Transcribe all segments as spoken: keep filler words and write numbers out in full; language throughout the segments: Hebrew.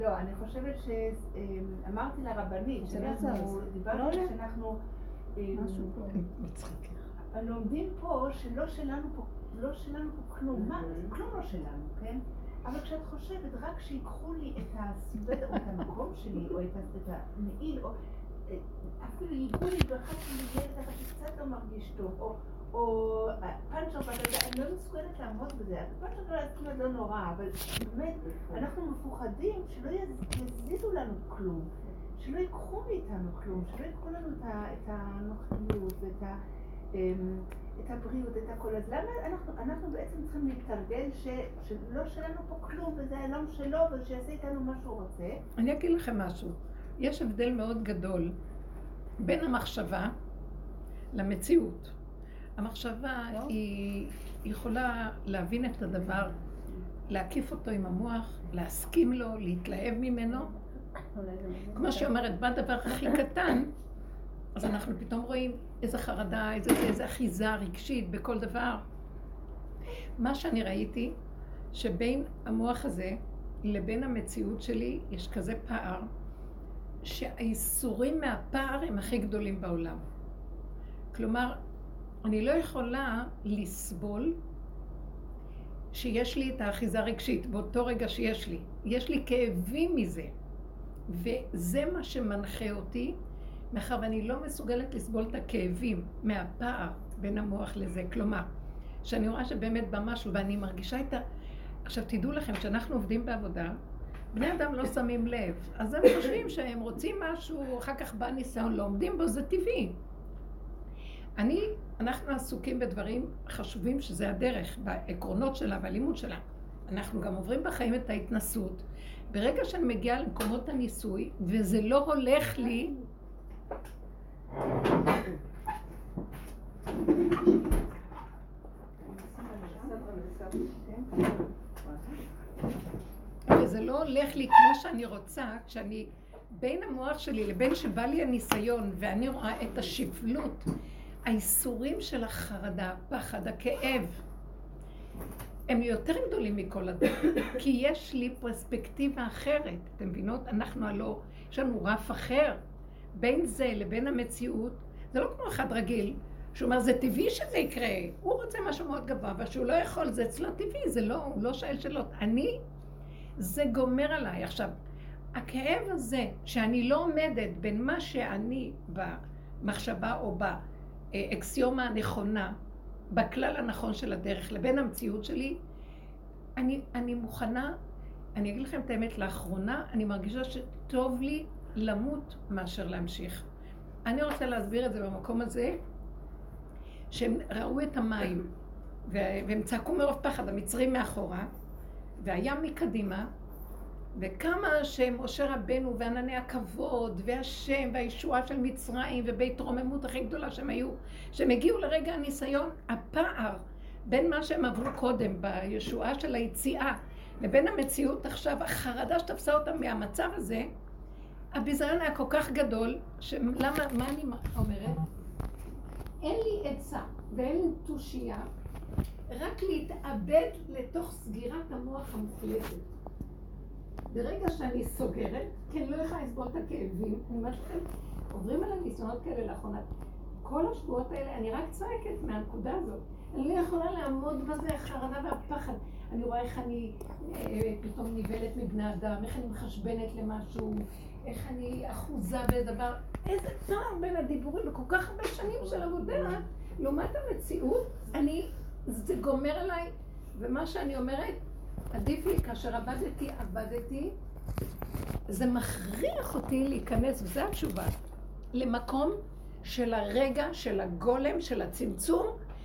לא, אני חושבת שאמרתי לרבנית, שאנחנו דיברנו שאנחנו לומדים פה שלא שלנו פה, לא שלנו פה כלום, מה? כלום לא שלנו, כן? אבל כשאת חושבת, רק שיקחו לי את הסוודר או את המקום שלי, או את המעיל, או אפילו ייגעו לי באחד שלי ילד, אבל שקצת לא מרגיש טוב, או פנצ'ר, אני לא מסוגלת לעמוד בזה, פנצ'ר לא נורא, אבל באמת, אנחנו מפוחדים שלא יזיזו לנו כלום, שלא ייקחו מאיתנו כלום, שלא ייקחו לנו את הנוחיות ואת ה... את הבריאות, את הכל. אז למה אנחנו, אנחנו בעצם צריכים להתרגל ש, שלא שלנו פה כלום, וזה העולם שלו, ושיעשה איתנו מה שהוא רוצה? אני אגיד לכם משהו. יש הבדל מאוד גדול בין המחשבה למציאות. המחשבה היא יכולה להבין את הדבר, להקיף אותו עם המוח, להסכים לו, להתלהב ממנו. כמו שאומרת, בדבר הכי קטן, אז אנחנו פתאום רואים איזה חרדה, איזה, איזה אחיזה רגשית בכל דבר. מה שאני ראיתי, שבין המוח הזה לבין המציאות שלי יש כזה פער, שהאיסורים מהפער הם הכי גדולים בעולם. כלומר, אני לא יכולה לסבול שיש לי את האחיזה רגשית באותו רגע שיש לי. יש לי כאבים מזה, וזה מה שמנחה אותי, מאחר ואני לא מסוגלת לסבול את הכאבים מהפער בין המוח לזה. כלומר, שאני רואה שבאמת במשהו, ואני מרגישה את ה... עכשיו תדעו לכם, שאנחנו עובדים בעבודה, בני אדם לא שמים לב, אז הם חושבים שהם רוצים משהו, אחר כך בא ניסיון, לא עומדים בו, זה טבעי. אני, אנחנו עסוקים בדברים חשובים שזה הדרך, בעקרונות שלה והלימוד שלה. אנחנו גם עוברים בחיים את ההתנסות. ברגע שאני מגיעה למקומות הניסוי, וזה לא הולך לי, וזה לא הולך לי כמו שאני רוצה, כשאני בין המוח שלי לבין שבא לי הניסיון ואני רואה את השפלות, האיסורים של החרדה, הפחד, הכאב, הם יותר גדולים מכל אדם, כי יש לי פרספקטיבה אחרת. אתם מבינות? אנחנו הלא, יש לנו רף אחר. בין זה לבין המציאות, זה לא כמו אחד רגיל, שהוא אומר, זה טבעי שזה יקרה, הוא רוצה משהו מאוד גבוה, ושהוא לא יכול, זה אצלו טבעי, זה לא, הוא לא שואל שאלות. אני, זה גומר עליי. עכשיו, הכאב הזה, שאני לא עומדת בין מה שאני במחשבה או באקסיומה הנכונה, בכלל הנכון של הדרך, לבין המציאות שלי, אני, אני מוכנה, אני אגיד לכם את האמת, לאחרונה, אני מרגישה שטוב לי למות מאשר להמשיך. אני רוצה להסביר את זה במקום הזה, שהם ראו את המים, והם צעקו מרוב פחד, המצרים מאחורה, והים מקדימה, וכמה שמשה רבנו וענני הכבוד, והשם והישועה של מצרים, ובהתרוממות הכי גדולה שהם היו, שהם הגיעו לרגע הניסיון, הפער בין מה שהם עברו קודם, בישועה של היציאה, לבין המציאות עכשיו, החרדה שתפסה אותם מהמצב הזה, הביזיון היה כל כך גדול, שלמה, מה אני אומרת? אין לי עצה ואין לי תושייה, רק להתאבד לתוך סגירת המוח המוחלטת. ברגע שאני סוגרת, כי אני לא יכולה לסבול את הכאבים, אני אומרת לכם, עוברים על הניסיונות כאלה לאחרונה, כל השבועות האלה, אני רק צועקת מהנקודה הזאת. אני לא יכולה לעמוד בזה, החרדה והפחד. אני רואה איך אני אה, פתאום ניבלת מבני אדם, איך אני מחשבנת למשהו, איך אני אחוזה בדבר. איזה פער בין הדיבורים בכל כך הרבה שנים של עבודה, לעומת המציאות, אני, זה גומר עליי, ומה שאני אומרת, עדיף לי, כאשר עבדתי, עבדתי, זה מכריח אותי להיכנס, וזו התשובה, למקום של הרגע, של הגולם, של הצמצום,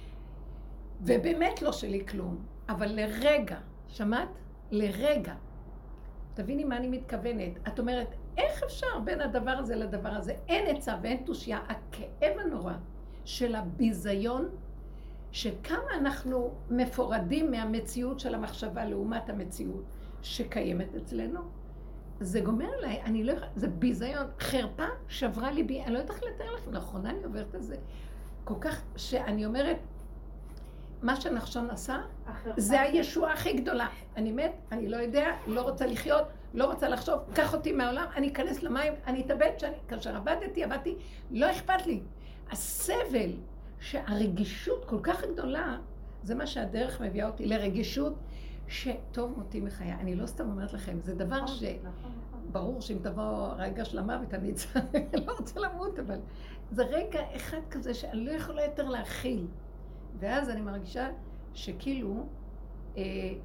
ובאמת לא שלי כלום, אבל לרגע, שמעת? לרגע. תביני מה אני מתכוונת. את אומרת, איך אפשר בין הדבר הזה לדבר הזה? אין עצה ואין תושייה. הכאב הנורא של הביזיון, שכמה אנחנו מפורדים מהמציאות של המחשבה לעומת המציאות שקיימת אצלנו, זה גומר עליי, אני לא יכולה, זה ביזיון, חרפה שברה ליבי, אני לא יודעת לתאר לכם, לאחרונה אני עוברת את זה, כל כך שאני אומרת, מה שנחשון עשה, זה הישועה הכי גדולה. אני מת, אני לא יודע, לא רוצה לחיות, לא רוצה לחשוב, קח אותי מהעולם, אני אכנס למים, אני אתאבד, כאשר עבדתי, עבדתי, לא אכפת לי. הסבל, שהרגישות כל כך גדולה, זה מה שהדרך מביאה אותי לרגישות, שטוב מותי מחיי. אני לא סתם אומרת לכם, זה דבר ש... ברור שאם תבוא רגע של המוות, אני לא רוצה למות, אבל זה רגע אחד כזה שאני לא יכולה יותר להכיל. ואז אני מרגישה שכאילו, אה,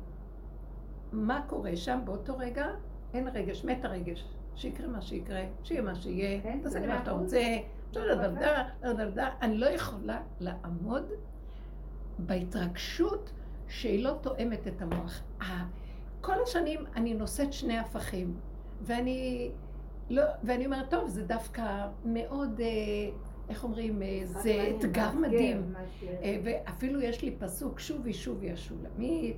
מה קורה שם באותו רגע? אין רגש, מת הרגש. שיקרה מה שיקרה, שיהיה מה שיהיה, תעשה לי מה שאתה רוצה, אני לא יכולה לעמוד בהתרגשות שהיא לא תואמת את המוח. כל השנים אני נושאת שני הפכים, ואני, לא, ואני אומרת, טוב, זה דווקא מאוד, איך אומרים, זה אתגר מדהים. ואפילו יש לי פסוק, שובי שובי השולמית,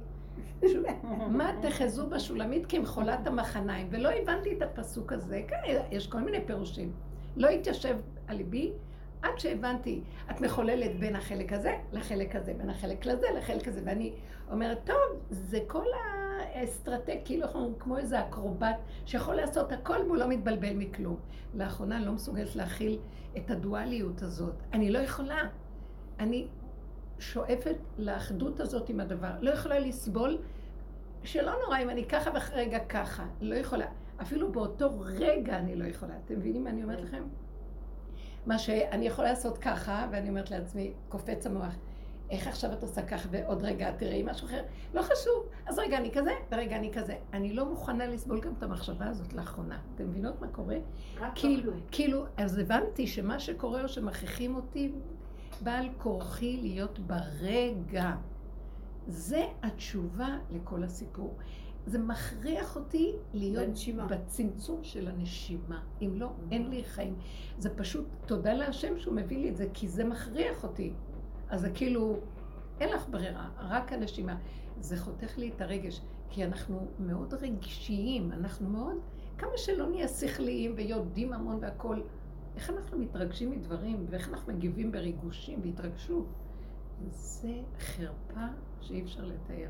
מה תחזו בשולמית כי הם חולת המחניים, ולא הבנתי את הפסוק הזה, יש כל מיני פירושים. לא התיישב על ליבי, עד שהבנתי, את מחוללת בין החלק הזה לחלק הזה, בין החלק לזה לחלק הזה, ואני אומרת, טוב, זה כל האסטרטג, כאילו כמו איזה אקרובט, שיכול לעשות הכל והוא לא מתבלבל מכלום. לאחרונה אני לא מסוגלת להכיל את הדואליות הזאת. אני לא יכולה. אני שואפת לאחדות הזאת עם הדבר. לא יכולה לסבול, שלא נורא אם אני ככה ורגע ככה. לא יכולה. אפילו באותו רגע אני לא יכולה. אתם מבינים מה אני אומרת לכם? מה שאני יכולה לעשות ככה, ואני אומרת לעצמי, קופץ המוח, איך עכשיו את עושה ככה, ועוד רגע תראי משהו אחר? לא חשוב. אז רגע אני כזה, ורגע אני כזה. אני לא מוכנה לסבול גם את המחשבה הזאת לאחרונה. אתם מבינות מה קורה? כאילו, כאילו, אז הבנתי שמה שקורה או שמכריחים אותי, בעל כורחי להיות ברגע. זה התשובה לכל הסיפור. זה מכריח אותי להיות בצמצום של הנשימה. אם לא, אין לי חיים. זה פשוט תודה להשם שהוא מביא לי את זה, כי זה מכריח אותי. אז זה כאילו, אין לך ברירה, רק הנשימה. זה חותך לי את הרגש, כי אנחנו מאוד רגישיים, אנחנו מאוד, כמה שלא נהיה שכליים ויודעים המון והכל, איך אנחנו מתרגשים מדברים, ואיך אנחנו מגיבים בריגושים, בהתרגשות. זה חרפה שאי אפשר לתאר.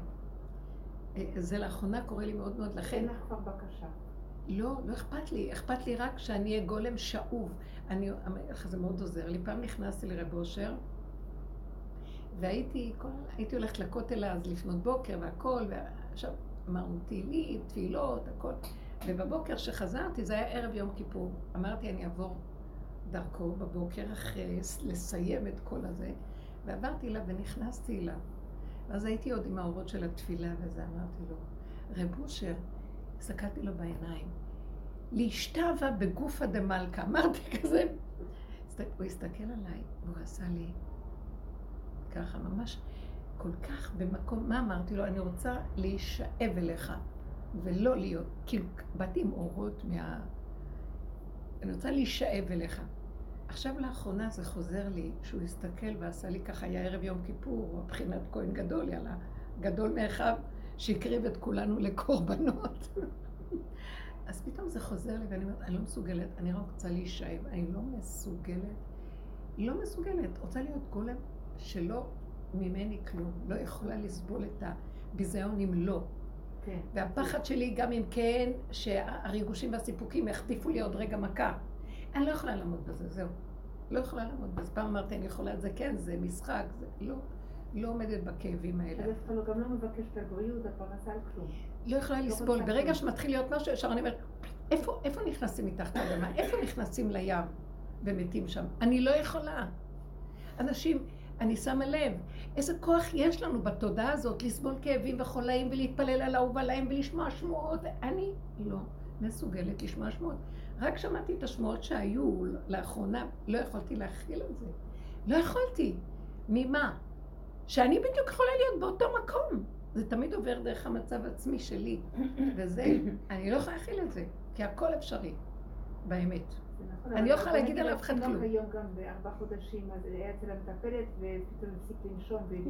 זה לאחרונה קורה לי מאוד מאוד, לכן... אין לך כבר בקשה. לא, לא אכפת לי. אכפת לי רק שאני אהיה גולם שאוב. אני, זה מאוד עוזר לי. פעם נכנסתי לרב אושר, והייתי כל, הייתי הולכת לכותל אז לפנות בוקר והכל, ועכשיו אמרנו תהילים, תפילות, הכל. ובבוקר שחזרתי, זה היה ערב יום כיפור. אמרתי, אני אעבור דרכו בבוקר אחרי לסיים את כל הזה, ועברתי אליו ונכנסתי אליו. אז הייתי עוד עם האורות של התפילה, וזה אמרתי לו, רב אושר, הסתכלתי לו בעיניים, להשתווה בגופה דמלכה, אמרתי כזה, הוא הסתכל עליי, והוא עשה לי ככה, ממש כל כך במקום, מה אמרתי לו? אני רוצה להישאב אליך, ולא להיות, כאילו, באתי עם אורות מה... אני רוצה להישאב אליך. עכשיו לאחרונה זה חוזר לי, שהוא הסתכל ועשה לי ככה, היה ערב יום כיפור, או הבחינת כהן גדול, יאללה, גדול מאחיו, שהקריב את כולנו לקורבנות. אז פתאום זה חוזר לי, ואני אומרת, אני לא מסוגלת, אני רק רוצה להישאב, אני לא מסוגלת, לא מסוגלת, רוצה להיות גולם שלא ממני כלום, לא יכולה לסבול את הביזיון אם לא. כן. והפחד שלי גם אם כן, שהריגושים והסיפוקים יחטיפו לי עוד רגע מכה. אני לא יכולה לעמוד בזה, זהו. לא יכולה לעמוד בזה. פעם אמרתי, אני יכולה את זה, כן, זה משחק, זה לא, לא עומדת בכאבים האלה. אז אתה גם לא מבקש את הבריאות, הפרנסה על כלום. לא יכולה לסבול. ברגע שמתחיל להיות משהו, ישר אני אומרת, איפה, איפה נכנסים מתחת האדמה? איפה נכנסים לים ומתים שם? אני לא יכולה. אנשים, אני שמה לב, איזה כוח יש לנו בתודעה הזאת לסבול כאבים וחולאים ולהתפלל על אהוב עליהם ולשמוע שמועות. אני לא מסוגלת לשמוע שמועות. רק שמעתי את השמועות שהיו לאחרונה, לא יכולתי להכיל את זה. לא יכולתי. ממה? שאני בדיוק יכולה להיות באותו מקום. זה תמיד עובר דרך המצב עצמי שלי. וזה, אני לא יכולה להכיל את זה, כי הכל אפשרי, באמת. אני לא יכולה להגיד על אף אחד כלום. היום גם בארבעה חודשים, אז היה אצל המטפלת ופתאום הפסיק לנשום,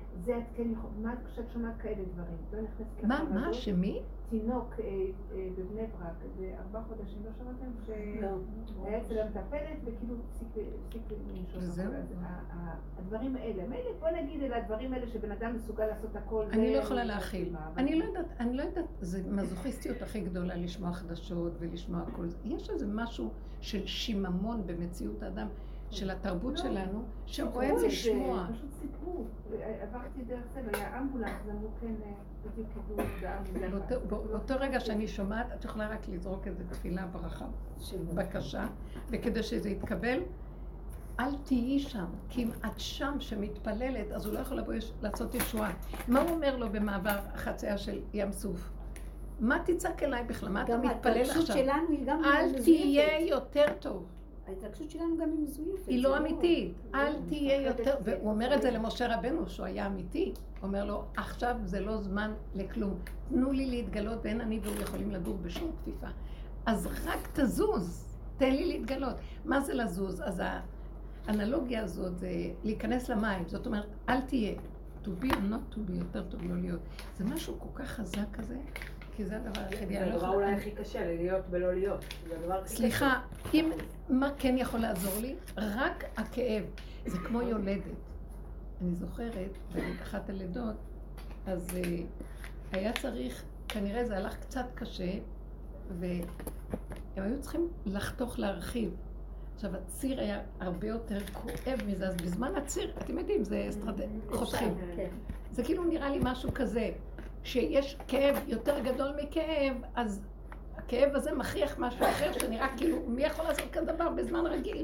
זה את כן יכולה, מה את כשאת שומעת כאלה דברים? לא נכנסת מה, מה, שמי? תינוק בבני ברק, בארבעה חודשים, לא שמעתם? שהיה אצל המטפלת וכאילו הפסיק לנשום. הדברים האלה, בוא נגיד אלה הדברים האלה שבן אדם מסוגל לעשות הכל. אני לא יכולה להכיל. אני לא יודעת, אני לא יודעת, זה מזוכיסטיות הכי גדולה לשמוע חדשות ולשמוע הכל. יש איזה משהו של שיממון במציאות האדם, של התרבות שלנו, שאוהב לשמוע. פשוט סיפרו. עברתי דרך זה, והיה אמבולנס, אמרו כן, בדיוק כדור באמבולנס. באותו רגע שאני שומעת, את יכולה רק לזרוק איזו תפילה ברכה, בקשה, וכדי שזה יתקבל, אל תהיי שם, כי אם את שם שמתפללת, אז הוא לא יכול לבוא לעשות ישועה. מה הוא אומר לו במעבר החצייה של ים סוף? מה תצעק אליי בכלל? מה אתה מתפלל עכשיו? גם ההתרגשות שלנו היא גם מזויפת. אל תהיה יותר טוב. ההתרגשות שלנו גם היא מזויפת. היא לא אמיתית. אל תהיה יותר... והוא אומר את זה למשה רבנו, שהוא היה אמיתי. הוא אומר לו, עכשיו זה לא זמן לכלום. תנו לי להתגלות, ואין אני והוא יכולים לגור בשום כפיפה. אז רק תזוז, תן לי להתגלות. מה זה לזוז? אז האנלוגיה הזאת זה להיכנס למים. זאת אומרת, אל תהיה. to be or not to be, יותר טוב לא להיות. זה משהו כל כך חזק כזה. כי זה הדבר היחידי. זה הדבר אולי הכי קשה, להיות ולא להיות. סליחה, אם מה כן יכול לעזור לי? רק הכאב. זה כמו יולדת. אני זוכרת, באחת הלידות, אז היה צריך, כנראה זה הלך קצת קשה, והם היו צריכים לחתוך להרחיב. עכשיו, הציר היה הרבה יותר כואב מזה, אז בזמן הציר, אתם יודעים, זה אסטרטגיה, חותכים. זה כאילו נראה לי משהו כזה. שיש כאב יותר גדול מכאב, אז הכאב הזה מכריח משהו אחר שנראה כאילו, מי יכול לעשות כזה דבר בזמן רגיל?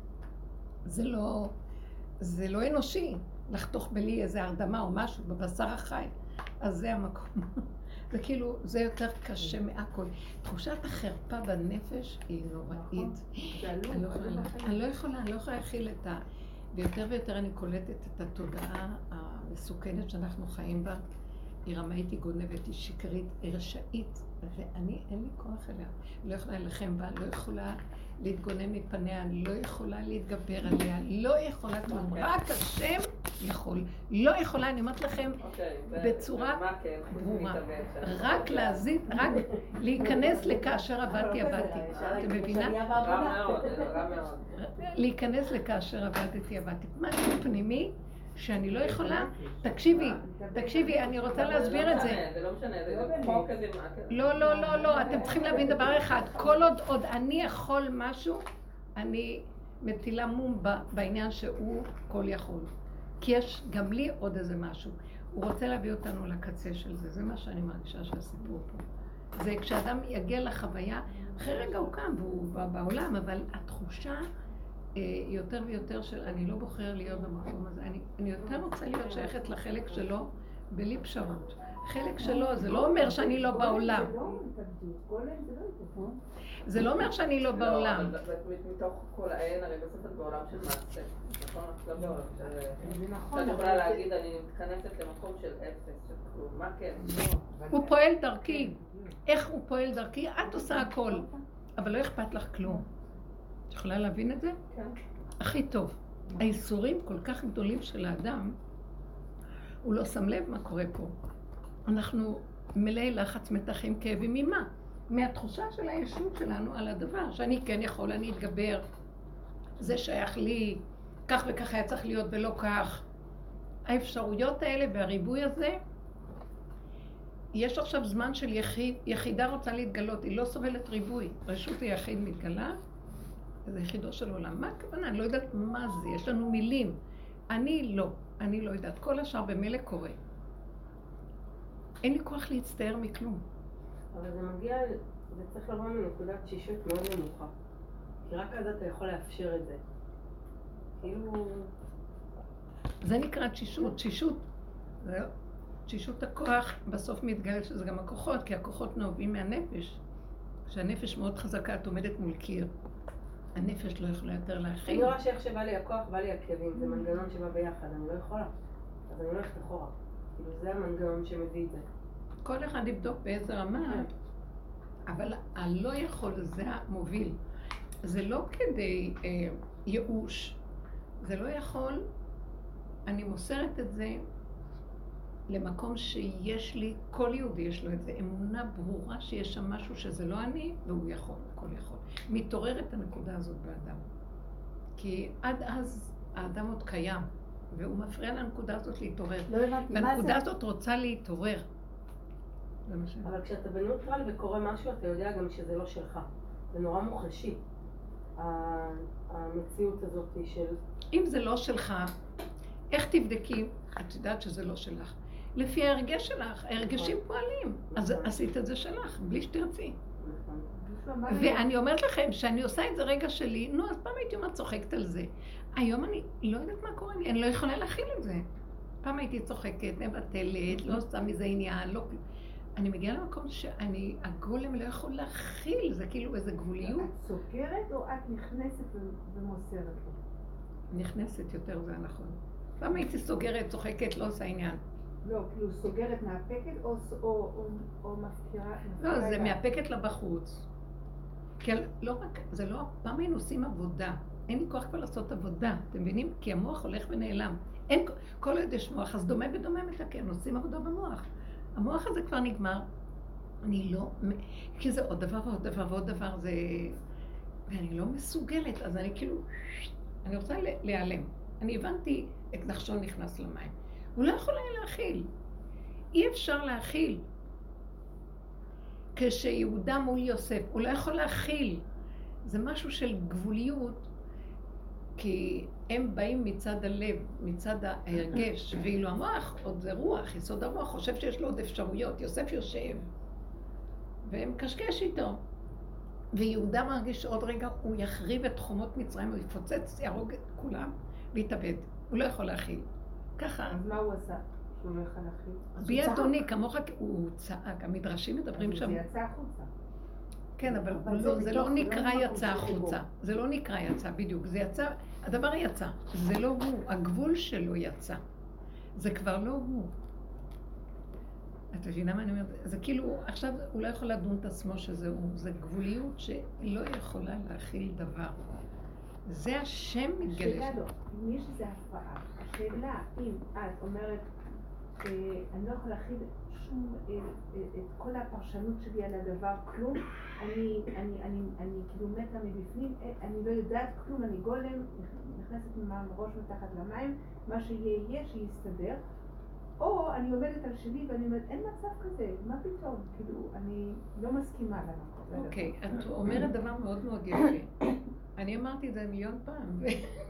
זה לא, זה לא אנושי, לחתוך בלי איזה הרדמה או משהו בבשר החי. אז זה המקום. זה כאילו, זה יותר קשה מהכל. תחושת החרפה בנפש היא נוראית. אני לא יכולה, אני לא יכולה להכיל את ה... ויותר ויותר אני קולטת את התודעה המסוכנת שאנחנו חיים בה. היא רמאית, היא גונבת, היא שקרית, היא רשאית, ואני, אין לי כוח אליה. לא יכולה להילחם בה, לא יכולה להתגונן מפניה, לא יכולה להתגבר עליה, לא יכולה כלום. רק השם יכול. לא יכולה, אני אומרת לכם, בצורה ברורה. רק להזיז, רק להיכנס לכאשר עבדתי, עבדתי. אתם מבינה? רע מאוד, רע מאוד. להיכנס לכאשר עבדתי, עבדתי. משהו פנימי, שאני לא יכולה, תקשיבי, תקשיבי, אני רוצה להסביר את זה. זה לא משנה, זה גם חוק כזה. לא, לא, לא, לא, אתם צריכים להבין דבר אחד, כל עוד עוד אני יכול משהו, אני מטילה מום בעניין שהוא כל יכול. כי יש גם לי עוד איזה משהו. הוא רוצה להביא אותנו לקצה של זה, זה מה שאני מרגישה שהסיפור פה. זה כשאדם יגיע לחוויה, אחרי רגע הוא קם והוא בעולם, אבל התחושה יותר ויותר של אני לא בוחר להיות במקום הזה, אני, אני יותר רוצה להיות שייכת לחלק שלו בלי פשרות. חלק שלו, זה לא אומר שאני לא בעולם. זה לא אומר שאני לא בעולם. מתוך כל העין, הרי בסוף את בעולם של מעשה. נכון? לא בעולם של... אני יכולה להגיד, אני מתכנסת למקום של אפס, של כלום. מה כן? הוא פועל דרכי. איך הוא פועל דרכי? את עושה הכל. אבל לא אכפת לך כלום. את יכולה להבין את זה? כן. הכי טוב. האיסורים כל כך גדולים של האדם, הוא לא שם לב מה קורה פה. אנחנו מלאי לחץ, מתחים, כאבים, ממה? מהתחושה של הישות שלנו על הדבר, שאני כן יכול, אני אתגבר, זה שייך לי, כך וכך היה צריך להיות ולא כך. האפשרויות האלה והריבוי הזה, יש עכשיו זמן של יחיד, יחידה רוצה להתגלות, היא לא סובלת ריבוי. רשות היחיד מתגלה, זה יחידו של עולם. מה הכוונה? אני לא יודעת מה זה, יש לנו מילים. אני לא, אני לא יודעת. כל השאר במילא קורה. אין לי כוח להצטער מכלום. אבל זה מגיע, זה צריך לבוא מנקודת תשישות מאוד נמוכה. כי רק אז אתה יכול לאפשר את זה. כאילו... זה נקרא תשישות. תשישות. תשישות הכוח בסוף מתגלה שזה גם הכוחות, כי הכוחות נובעים מהנפש. כשהנפש מאוד חזקה, את עומדת מול קיר. הנפש לא יכולה יותר להכין. אני רואה שאיך שבא לי הכוח, בא לי הכאבים. זה מנגנון שבא ביחד, אני לא יכולה. אז אני לא הולכת אחורה. כאילו זה המנגנון שמביא את זה. כל אחד יבדוק באיזה רמה, אבל הלא יכול זה המוביל. זה לא כדי אה, ייאוש. זה לא יכול, אני מוסרת את זה, למקום שיש לי, כל יהודי יש לו איזו אמונה ברורה שיש שם משהו שזה לא אני, והוא יכול, הכל יכול. מתעוררת הנקודה הזאת באדם. כי עד אז האדם עוד קיים, והוא מפריע לנקודה הזאת להתעורר. לא הבנתי, מה זה? והנקודה הזאת רוצה להתעורר. אבל כשאתה בנוטרל וקורה משהו, אתה יודע גם שזה לא שלך. זה נורא מוחשי. המציאות הזאת של... אם זה לא שלך, איך תבדקי? את יודעת שזה לא שלך. לפי ההרגש שלך, ההרגשים פועלים. אז עשית את זה שלך, בלי שתרצי. ואני אומרת לכם שאני עושה את זה רגע שלי, נו, אז פעם הייתי אומרת צוחקת על זה. היום אני לא יודעת מה קורה לי, אני לא יכולה להכיל את זה. פעם הייתי צוחקת, מבטלת, לא עושה מזה עניין, לא... אני מגיעה למקום שאני, הגולם לא יכול להכיל, זה כאילו איזה גבוליות. את סוגרת או את נכנסת ומוסרת לו? נכנסת יותר, זה הנכון. פעם הייתי סוגרת, צוחקת, לא עושה עניין. לא, כאילו סוגרת מהפקת או, או, או, או מזכירה... לא, זה מהפקת לבחוץ. כי לא רק, זה לא, פעם היינו עושים עבודה. אין לי כוח כבר לעשות עבודה, אתם מבינים? כי המוח הולך ונעלם. אין, כל עוד יש מוח, אז דומה ודומה מתקן, עושים עבודה במוח. המוח הזה כבר נגמר, אני לא, כי זה עוד דבר ועוד דבר ועוד דבר, זה... ואני לא מסוגלת, אז אני כאילו, אני רוצה להיעלם. אני הבנתי, את נחשון נכנס למים. הוא לא יכול היה להכיל. אי אפשר להכיל. כשיהודה מול יוסף, הוא לא יכול להכיל. זה משהו של גבוליות, כי הם באים מצד הלב, מצד ההרגש, ואילו המוח, עוד זה רוח, יסוד הרוח, חושב שיש לו עוד אפשרויות. יוסף יושב, והם קשקש איתו. ויהודה מרגיש עוד רגע, הוא יחריב את חומות מצרים, הוא יפוצץ, יהרוג את כולם, ויתאבד. הוא לא יכול להכיל. ככה. אז מה הוא עשה? שהוא לא יכול להכיל? בי אדוני, כמוך, הוא צעק, המדרשים מדברים שם. זה יצא החוצה. כן, אבל זה לא נקרא יצא החוצה. זה לא נקרא יצא, בדיוק. זה יצא, הדבר יצא. זה לא הוא, הגבול שלו יצא. זה כבר לא הוא. את מבינה מה אני אומרת? זה כאילו, עכשיו הוא לא יכול לדון את עצמו שזה הוא. זה גבוליות שלא יכולה להכיל דבר. זה השם מתגלה. השאלה לא, אם יש איזו הפרעה, השאלה אם את אומרת, אני לא יכולה להכיל שום, את כל הפרשנות שלי על הדבר, כלום, אני, אני, אני, אני כאילו מתה מבפנים, אני לא יודעת כלום, אני גולם, נכנסת מראש מתחת למים, מה שיהיה יהיה, שיסתדר, או אני עומדת על שלי ואני אומרת, אין מצב כזה, מה פתאום, כאילו, אני לא מסכימה למקום. אוקיי, את אומרת דבר מאוד מאוד יפה. אני אמרתי את זה מיליון פעם.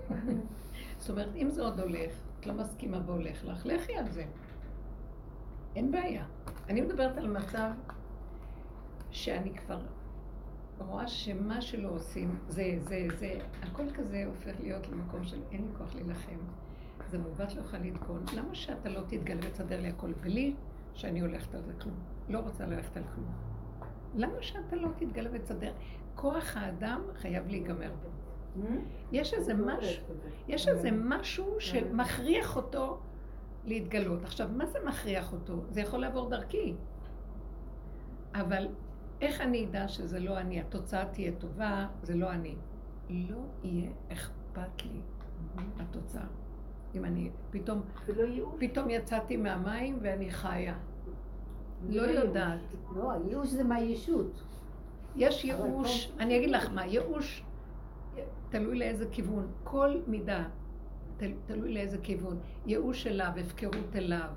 זאת אומרת, אם זה עוד הולך, את לא מסכימה והולך לך, לכי על זה. אין בעיה. אני מדברת על מצב שאני כבר רואה שמה שלא עושים, זה, זה, זה, הכל כזה הופך להיות למקום של אין לי כוח להילחם. זה מעוות לא יכול לתקון. למה שאתה לא תתגלה ותסדר לי הכל בלי שאני הולכת על זה כלום? לא רוצה ללכת על כלום. למה שאתה לא תתגלה ותסדר? כוח האדם חייב להיגמר בו. יש איזה משהו, יש איזה משהו שמכריח אותו להתגלות. עכשיו, מה זה מכריח אותו? זה יכול לעבור דרכי. אבל איך אני אדע שזה לא אני? התוצאה תהיה טובה, זה לא אני. לא יהיה אכפת לי התוצאה. אם אני פתאום, פתאום יצאתי מהמים ואני חיה. לא יודעת. לא, ייאוש זה מהישות. יש ייאוש, אני אגיד לך מה, ייאוש תלוי לאיזה כיוון. כל מידה תל, תלוי לאיזה כיוון. ייאוש אליו, הפקרות אליו,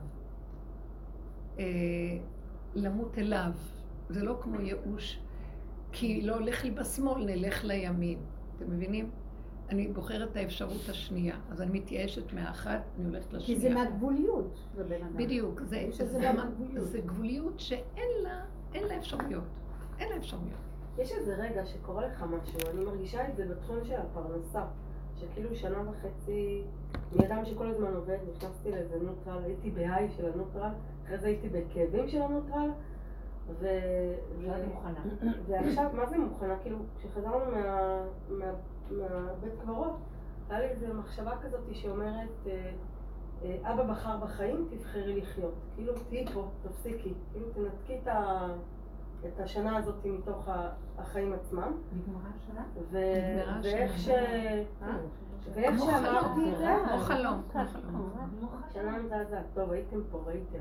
אה, למות אליו. זה לא כמו ייאוש, כי לא הולך לי בשמאל, נלך לימין. אתם מבינים? אני בוחרת את האפשרות השנייה. אז אני מתייאשת מהאחת, אני הולכת לשנייה. כי זה מהגבוליות, זה בן אדם. בדיוק, זה, זה, זה, גבוליות. זה גבוליות שאין לה, אין לה אפשרויות. אין לה אפשרויות. יש איזה רגע שקורה לך משהו, אני מרגישה את זה בתחום של הפרנסה, שכאילו שנה וחצי, מאדם שכל הזמן עובד, נכנסתי לאיזה נוטרל, הייתי בהיי של הנוטרל, אחרי זה הייתי בכאבים של הנוטרל, ו... ועכשיו מוכנה. ועכשיו, מה זה מוכנה? כאילו, כשחזרנו מה... מה... מהבית קברות, היה לי איזו מחשבה כזאת שאומרת, אבא בחר בחיים, תבחרי לחיות. כאילו, תהי פה, תפסיקי. כאילו, תנתקי את ה... את השנה הזאת מתוך החיים עצמם. נגמרה השנה? ו- ואיך ש... ואיך כמו שאמרתי את זה... כמו חלום, כמו חלום. שנה מזעזעת, טוב, הייתם פה, ראיתם.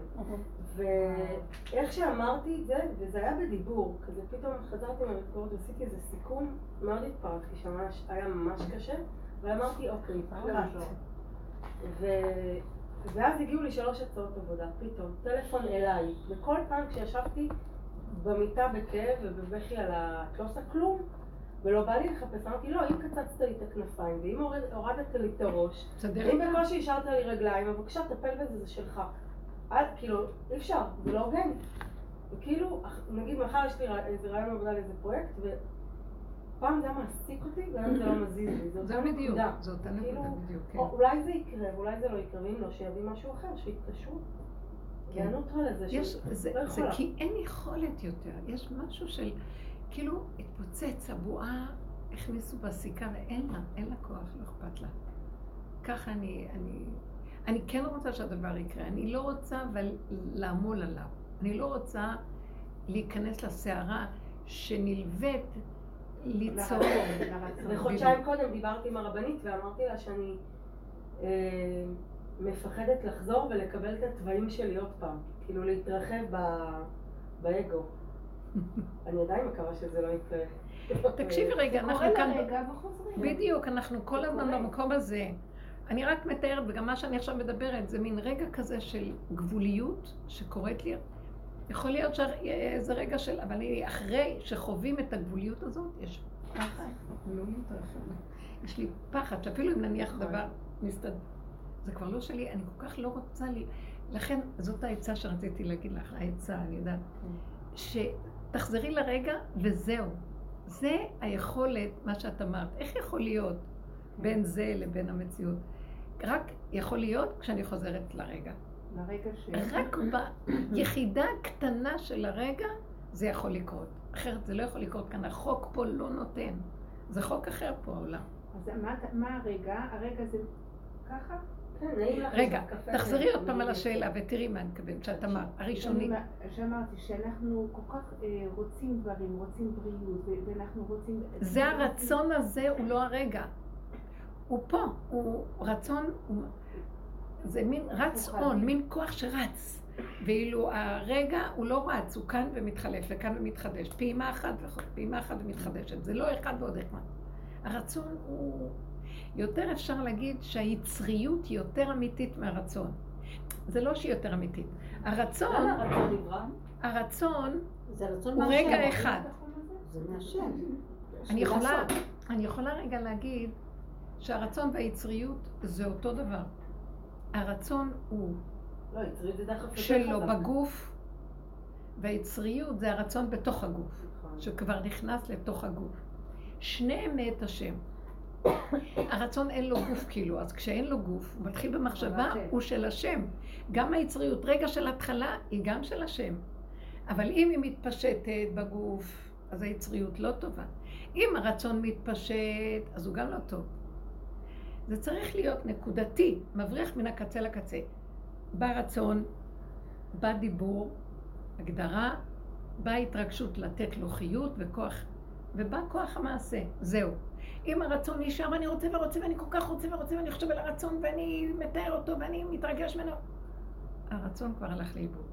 ואיך שאמרתי את זה, וזה היה בדיבור, כזה פתאום חזרתי מהמקורות ועשיתי איזה סיכום, מאוד התפרקתי, שממש היה ממש קשה, ואמרתי, אוקיי, ו... ואז הגיעו לי שלוש הצעות עבודה, פתאום, טלפון אליי, וכל פעם כשישבתי במיטה בכאב ובבכי על ה... את לא עושה כלום, ולא בא לי לחפש, אמרתי, לא, אם קצצת לי את הכנפיים, ואם הורדת לי את הראש, ואם בקושי השארת לי רגליים, בבקשה, טפל בזה, זה שלך. אז, כאילו, אי אפשר, זה לא הוגן. וכאילו, נגיד, מחר יש לי איזה רעיון עבודה לאיזה פרויקט, ופעם זה היה מעסיק אותי, וגם זה לא מזיז לי. זה בדיוק, זו אותה נקודה בדיוק, כן. אולי זה יקרה, ואולי זה לא יקרה, ואם לא, שיביא משהו אחר, שיתקשרו. כי הנוטרל הזה שלא יכולה. זה כי אין יכולת יותר, יש משהו של, כאילו, התפוצץ, הבועה, הכניסו בסיכה, ואין לה, אין לה כוח, לא אכפת לה. ככה אני, אני, אני כן רוצה שהדבר יקרה, אני לא רוצה אבל לעמול עליו, אני לא רוצה להיכנס לסערה שנלווית ליצור. וחודשיים קודם דיברתי עם הרבנית ואמרתי לה שאני אה, מפחדת לחזור ולקבל את התוואים שלי עוד פעם, כאילו להתרחב ב, באגו. אני עדיין מקווה שזה לא יקרה. תקשיבי רגע, אנחנו כאן, לרגע וחוזרים. בדיוק, אנחנו כל הזמן במקום הזה. אני רק מתארת, וגם מה שאני עכשיו מדברת, זה מין רגע כזה של גבוליות שקורית לי. יכול להיות שזה רגע של, אבל אני, אחרי שחווים את הגבוליות הזאת, יש פחד, לא מתרחב. יש לי פחד, שאפילו אם נניח דבר מסתד... זה כבר לא שלי, אני כל כך לא רוצה לי. לכן, זאת העצה שרציתי להגיד לך, העצה, אני יודעת, שתחזרי לרגע וזהו. זה היכולת, מה שאת אמרת. איך יכול להיות בין זה לבין המציאות? רק יכול להיות כשאני חוזרת לרגע. לרגע ש... רק ביחידה הקטנה של הרגע זה יכול לקרות. אחרת זה לא יכול לקרות כאן. החוק פה לא נותן. זה חוק אחר פה העולם. אז מה, מה הרגע? הרגע זה ככה? רגע, תחזרי עוד פעם על השאלה ותראי מה אני מקבל, כשאת אמרת, הראשוני. שאמרתי שאנחנו כל כך רוצים דברים, רוצים בריאות, ואנחנו רוצים... זה הרצון הזה, הוא לא הרגע. הוא פה, הוא רצון, זה מין רצון, מין כוח שרץ. ואילו הרגע הוא לא רץ, הוא כאן ומתחלף, וכאן ומתחדש. פעימה אחת ופעימה אחת ומתחדשת. זה לא אחד ועוד אחד. הרצון הוא... יותר אפשר להגיד שהיצריות היא יותר אמיתית מהרצון. זה לא שהיא יותר אמיתית. הרצון, הרצון הוא רגע אחד. זה מהשם. אני יכולה, אני יכולה רגע להגיד שהרצון והיצריות זה אותו דבר. הרצון הוא שלו בגוף, והיצריות זה הרצון בתוך הגוף, שכבר נכנס לתוך הגוף. שניהם מאת השם. הרצון אין לו גוף כאילו, אז כשאין לו גוף, הוא מתחיל במחשבה, הוא של השם. גם היצריות, רגע של התחלה, היא גם של השם. אבל אם היא מתפשטת בגוף, אז היצריות לא טובה. אם הרצון מתפשט, אז הוא גם לא טוב. זה צריך להיות נקודתי, מבריח מן הקצה לקצה. ברצון, בדיבור, הגדרה, בהתרגשות לתת לו חיות וכוח, ובא כוח המעשה, זהו. אם הרצון נשאר ואני רוצה ורוצה ואני כל כך רוצה ורוצה ואני חושב על הרצון ואני מתאר אותו ואני מתרגש ממנו, הרצון כבר הלך לאיבוד.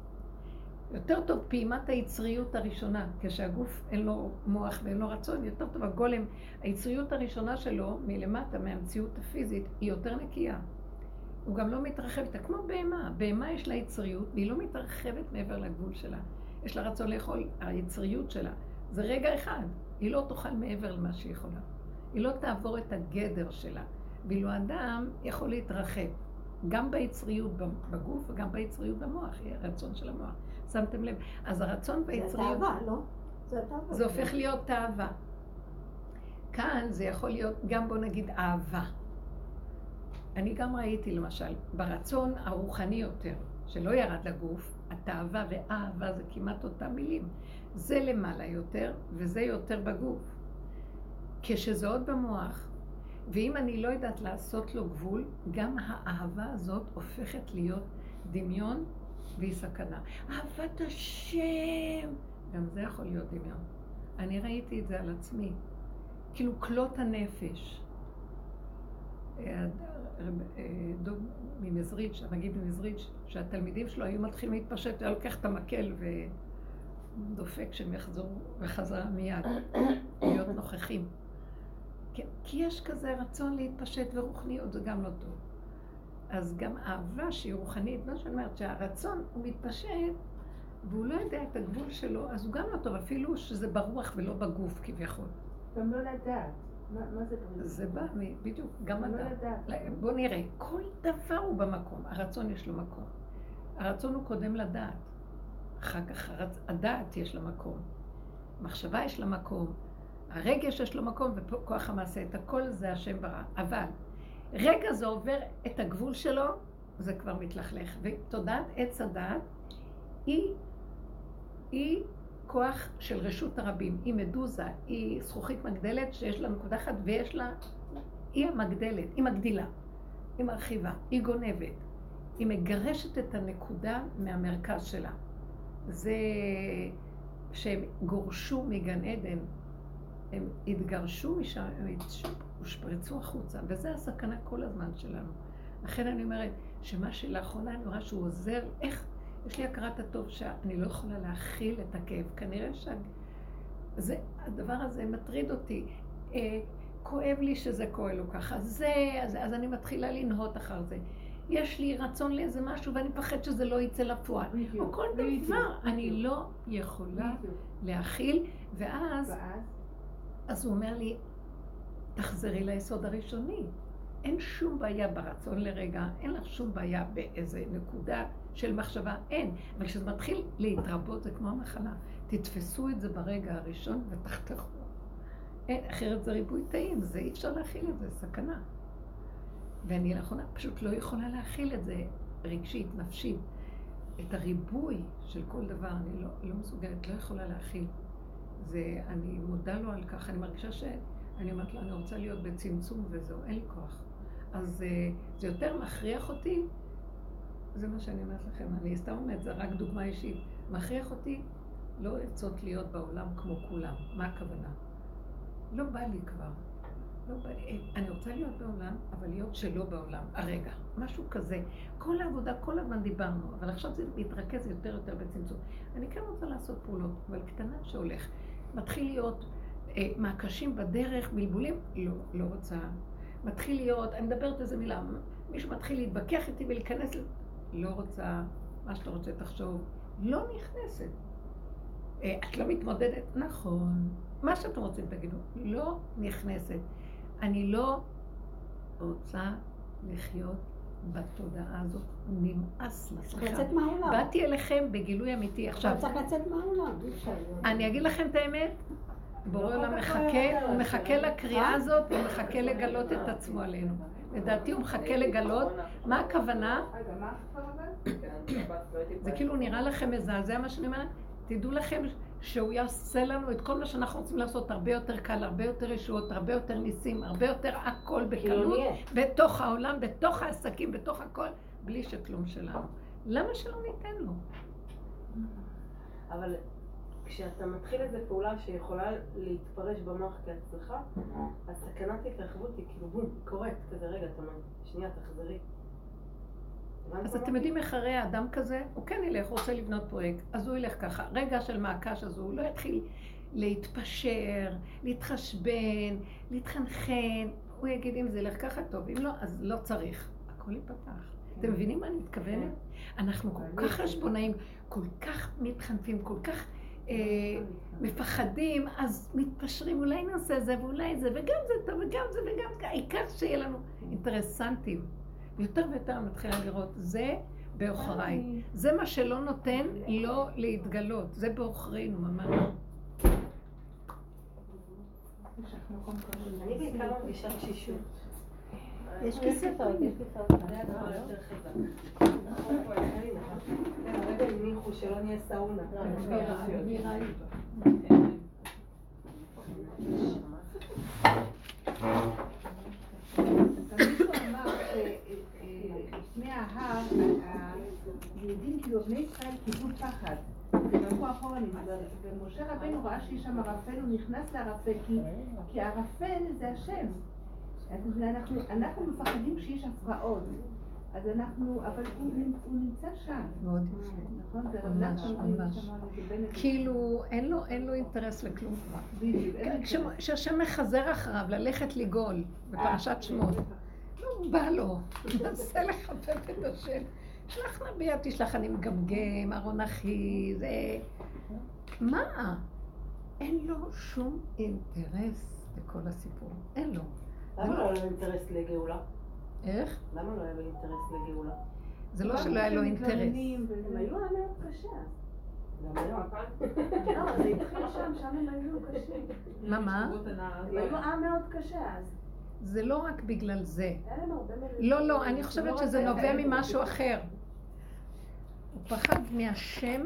יותר טוב פעימת היצריות הראשונה, כשהגוף אין לו מוח ואין לו רצון, יותר טוב הגולם, היצריות הראשונה שלו מלמטה, מהמציאות הפיזית, היא יותר נקייה. הוא גם לא מתרחב איתה, כמו בהמה. בהמה יש לה יצריות והיא לא מתרחבת מעבר לגבול שלה. יש לה רצון לאכול, היצריות שלה. זה רגע אחד, היא לא תאכל מעבר למה שהיא יכולה. היא לא תעבור את הגדר שלה. ואילו האדם יכול להתרחב, גם ביצריות בגוף וגם ביצריות במוח, היא הרצון של המוח. שמתם לב? אז הרצון ביצריות... זה תאווה, לא? זה תאווה. זה הופך להיות תאווה. כאן זה יכול להיות גם בוא נגיד אהבה. אני גם ראיתי למשל, ברצון הרוחני יותר, שלא ירד לגוף, התאווה ואהבה זה כמעט אותם מילים. זה למעלה יותר וזה יותר בגוף. כשזה עוד במוח, ואם אני לא יודעת לעשות לו גבול, גם האהבה הזאת הופכת להיות דמיון והיא סכנה. אהבת השם, גם זה יכול להיות דמיון. אני ראיתי את זה על עצמי. כאילו כלות הנפש. דוב ממזריץ', המגיד ממזריץ', שהתלמידים שלו היו מתחילים להתפשט, היה לוקח את המקל ודופק שהם יחזרו וחזרה מיד, להיות נוכחים. כי יש כזה רצון להתפשט ורוחניות, זה גם לא טוב. אז גם אהבה שהיא רוחנית, מה שאני אומרת, שהרצון הוא מתפשט, והוא לא יודע את הגבול שלו, אז הוא גם לא טוב, אפילו שזה ברוח ולא בגוף כביכול. גם לא לדעת. מה, מה זה בריאות? זה בא, בדיוק, גם לא הדעת. לדעת. בוא נראה, כל דבר הוא במקום, הרצון יש לו מקום. הרצון הוא קודם לדעת. אחר כך הרצ... הדעת יש לו מקום. מחשבה יש לו מקום. הרגש יש לו מקום, וכוח המעשה, את הכל זה השם ברא. אבל רגע זה עובר את הגבול שלו, זה כבר מתלכלך. ותודעת עץ הדעת היא, היא כוח של רשות הרבים. היא מדוזה, היא זכוכית מגדלת שיש לה נקודה אחת ויש לה, היא המגדלת, היא מגדילה, היא מרחיבה, היא גונבת. היא מגרשת את הנקודה מהמרכז שלה. זה שהם גורשו מגן עדן, הם התגרשו משם, הם הושפרצו החוצה, וזה הסכנה כל הזמן שלנו. לכן אני אומרת שמה שלאחרונה אני רואה שהוא עוזר, איך, יש לי הכרת הטוב שאני לא יכולה להכיל את הכאב, כנראה שהדבר הזה מטריד אותי, אה, כואב לי שזה כואב לו ככה, זה, אז, אז אני מתחילה לנהות אחר זה. יש לי רצון לאיזה משהו ואני פחד שזה לא יצא לפועל. או כל דבר, אני לא יכולה להכיל, ואז, אז הוא אומר לי, תחזרי ליסוד הראשוני. אין שום בעיה ברצון לרגע, אין לך שום בעיה באיזה נקודה של מחשבה, אין. אבל כשזה מתחיל להתרבות זה כמו המחלה. תתפסו את זה ברגע הראשון ותחתכו. אין, אחרת זה ריבוי תאים, זה אי אפשר להכיל את זה, סכנה. ואני לאחרונה פשוט לא יכולה להכיל את זה רגשית, נפשית. את הריבוי של כל דבר אני לא, לא מסוגלת, לא יכולה להכיל. זה, אני מודה לו על כך, אני מרגישה שאני אומרת לו, אני רוצה להיות בצמצום וזהו, אין לי כוח. אז זה יותר מכריח אותי, זה מה שאני אומרת לכם, אני סתם אומרת, זה רק דוגמה אישית, מכריח אותי לא לרצות להיות בעולם כמו כולם. מה הכוונה? לא בא לי כבר. לא בא לי. אני רוצה להיות בעולם, אבל להיות שלא בעולם. הרגע, משהו כזה. כל העבודה, כל הזמן דיברנו, אבל עכשיו זה מתרכז יותר יותר בצמצום. אני כן רוצה לעשות פעולות, אבל קטנה שהולך. מתחיל להיות אה, מעקשים בדרך, בלבולים, לא, לא רוצה. מתחיל להיות, אני מדברת איזה מילה, מישהו מתחיל להתווכח איתי ולהיכנס, לא רוצה, מה שאתה רוצה תחשוב, לא נכנסת. אה, את לא מתמודדת? נכון. מה שאתם רוצים תגידו, לא נכנסת. אני לא רוצה לחיות בתודעה הזאת, נמאס לי. צריך לצאת מהעולם. באתי אליכם בגילוי אמיתי עכשיו. צריך לצאת מהעולם. אני אגיד לכם את האמת, בורא עולם מחכה, הוא מחכה לקריאה הזאת, הוא מחכה לגלות את עצמו עלינו. לדעתי הוא מחכה לגלות, מה הכוונה? זה כאילו נראה לכם מזעזע מה שאני אומרת, תדעו לכם שהוא יעשה לנו את כל מה שאנחנו רוצים לעשות הרבה יותר קל, הרבה יותר ישועות, הרבה יותר ניסים, הרבה יותר הכל בקלות, בתוך העולם, בתוך העסקים, בתוך הכל, בלי שכלום שלנו. למה שלא ניתן לו? אבל כשאתה מתחיל איזו פעולה שיכולה להתפרש במוח כהצלחה, הסכנת התרחבות היא כאילו בום, קורית, כזה רגע, אתה אומר, שנייה, תחזרי. אז אתם יודעים איך הרי האדם כזה, הוא כן ילך, הוא רוצה לבנות פרויקט, אז הוא ילך ככה, רגע של מעקש הזו, הוא לא יתחיל להתפשר, להתחשבן, להתחנחן, הוא יגיד אם זה ילך ככה טוב, אם לא, אז לא צריך. הכל ייפתח. אתם מבינים מה אני מתכוונת? אנחנו כל כך חשבונאים, כל כך מתחנפים, כל כך מפחדים, אז מתפשרים, אולי נעשה זה ואולי זה, וגם זה טוב, וגם זה וגם זה, העיקר שיהיה לנו אינטרסנטים. יותר ויותר מתחילה לראות, זה באוכריי. זה מה שלא נותן לא להתגלות, זה באוכרינו ממש. אני בעיקר מרגישה תשישות. יש כיסאות, יש כיסאות. זה הדבר יותר חזק. הרגע הניחו שלא נהיה סאונה. מישהו אמר לפני ההר, היהודים כאילו בני ישראל קיבלו פחד. וברחו אחורה ומשה ראה שיש שם ערפל, הוא נכנס לערפל, כי, כי הערפל זה השם. אז אנחנו, אנחנו מפחדים שיש הפרעות. אז אנחנו, אבל הוא, הוא נמצא שם. מאוד יפה. נכון? זה ממש, ממש. בין... כאילו, אין לו, אין לו אינטרס לכלום. בדיוק. כשהשם מחזר אחריו ללכת לגאול בפרשת שמות, לא בא לו, נסה לחפף את השם. שלח נביאה, תשלח, אני מגמגם, ארון אחי, זה... מה? אין לו שום אינטרס בכל הסיפור. אין לו. למה לא היה לו אינטרס לגאולה? איך? למה לא היה לו אינטרס לגאולה? זה לא שלא היה לו אינטרס. הם היו עם מאוד קשה. גם היום. לא, זה התחיל שם, שם הם היו קשים. מה, מה? הם היו עם מאוד קשה אז. זה לא רק בגלל זה. היה להם הרבה מלא. לא, לא, אני חושבת שזה נובע ממשהו אחר. הוא פחד מהשם,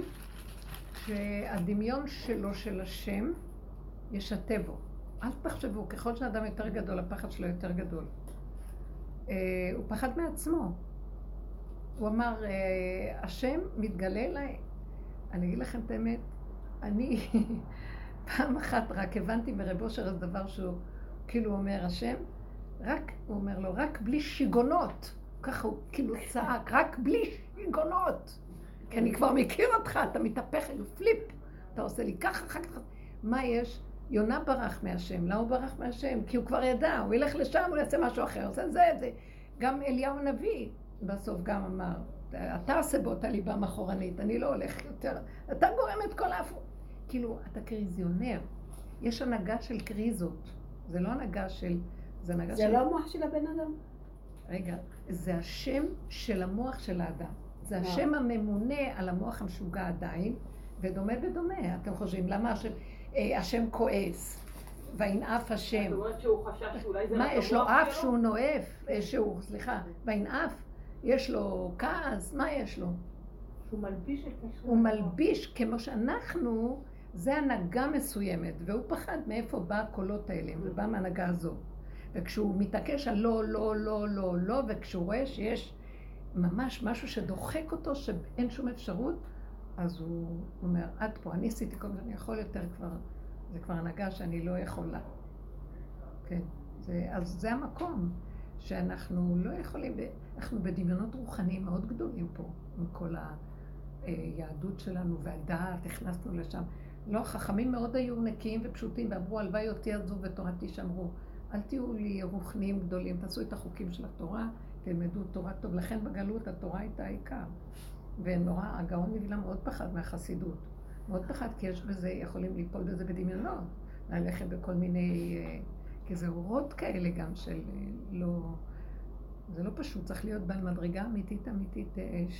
שהדמיון שלו של השם ישתה בו. אל תחשבו, ככל שהאדם יותר גדול, הפחד שלו יותר גדול. הוא פחד מעצמו. הוא אמר, השם מתגלה אליי. אני אגיד לכם את האמת, אני פעם אחת רק הבנתי ברב אושר איזה דבר שהוא כאילו אומר, השם, רק, הוא אומר לו, רק בלי שיגונות. ככה הוא כאילו צעק, רק בלי שיגונות. כי אני כבר מכיר אותך, אתה מתהפך, פליפ. אתה עושה לי ככה, אחר כך. מה יש? יונה ברח מהשם. למה הוא ברח מהשם? כי הוא כבר ידע, הוא ילך לשם, הוא יעשה משהו אחר. עושה זה, זה. גם אליהו הנביא בסוף גם אמר, אתה עושה באותה ליבה מאחורנית, אני לא הולך יותר. אתה גורם את כל האפו. כאילו, אתה קריזיונר. יש הנהגה של קריזות. זה לא הנהגה של... זה הנהגה זה של... לא המוח של הבן אדם? רגע, זה השם של המוח של האדם. זה השם הממונה על המוח המשוגע עדיין, ודומה בדומה. אתם חושבים, למה השם, אה, השם כועס, וינאף השם. זאת אומרת שהוא חשש שאולי זה... מה, יש לו אף שהוא נואף, אה, שהוא, סליחה, וינאף, יש לו כעס, מה יש לו? הוא מלביש את השם. הוא מלביש, כמו שאנחנו, זה הנהגה מסוימת, והוא פחד מאיפה בא הקולות האלה, ובא מהנהגה הזו. וכשהוא מתעקש על לא, לא, לא, לא, לא, וכשהוא רואה שיש ממש משהו שדוחק אותו, שאין שום אפשרות, אז הוא אומר, עד פה, אני עשיתי כל מה שאני יכול יותר כבר, זה כבר הנהגה שאני לא יכולה. כן, זה, אז זה המקום שאנחנו לא יכולים, אנחנו בדמיונות רוחניים מאוד גדולים פה, עם כל היהדות שלנו והדעת, הכנסנו לשם. לא, חכמים מאוד היו נקיים ופשוטים, ואמרו, הלוואי אותי עזו ותורתי שמרו. אל תהיו לי רוחניים גדולים, תעשו את החוקים של התורה, תלמדו תורה טוב. לכן בגלות התורה הייתה העיקר. ונורא, הגאון מווילנה מאוד פחד מהחסידות. מאוד פחד כי יש בזה, יכולים ליפול בזה בדמיונות. ללכת בכל מיני, כי זה אורות כאלה גם של לא... זה לא פשוט, צריך להיות בעל מדרגה אמיתית אמיתית,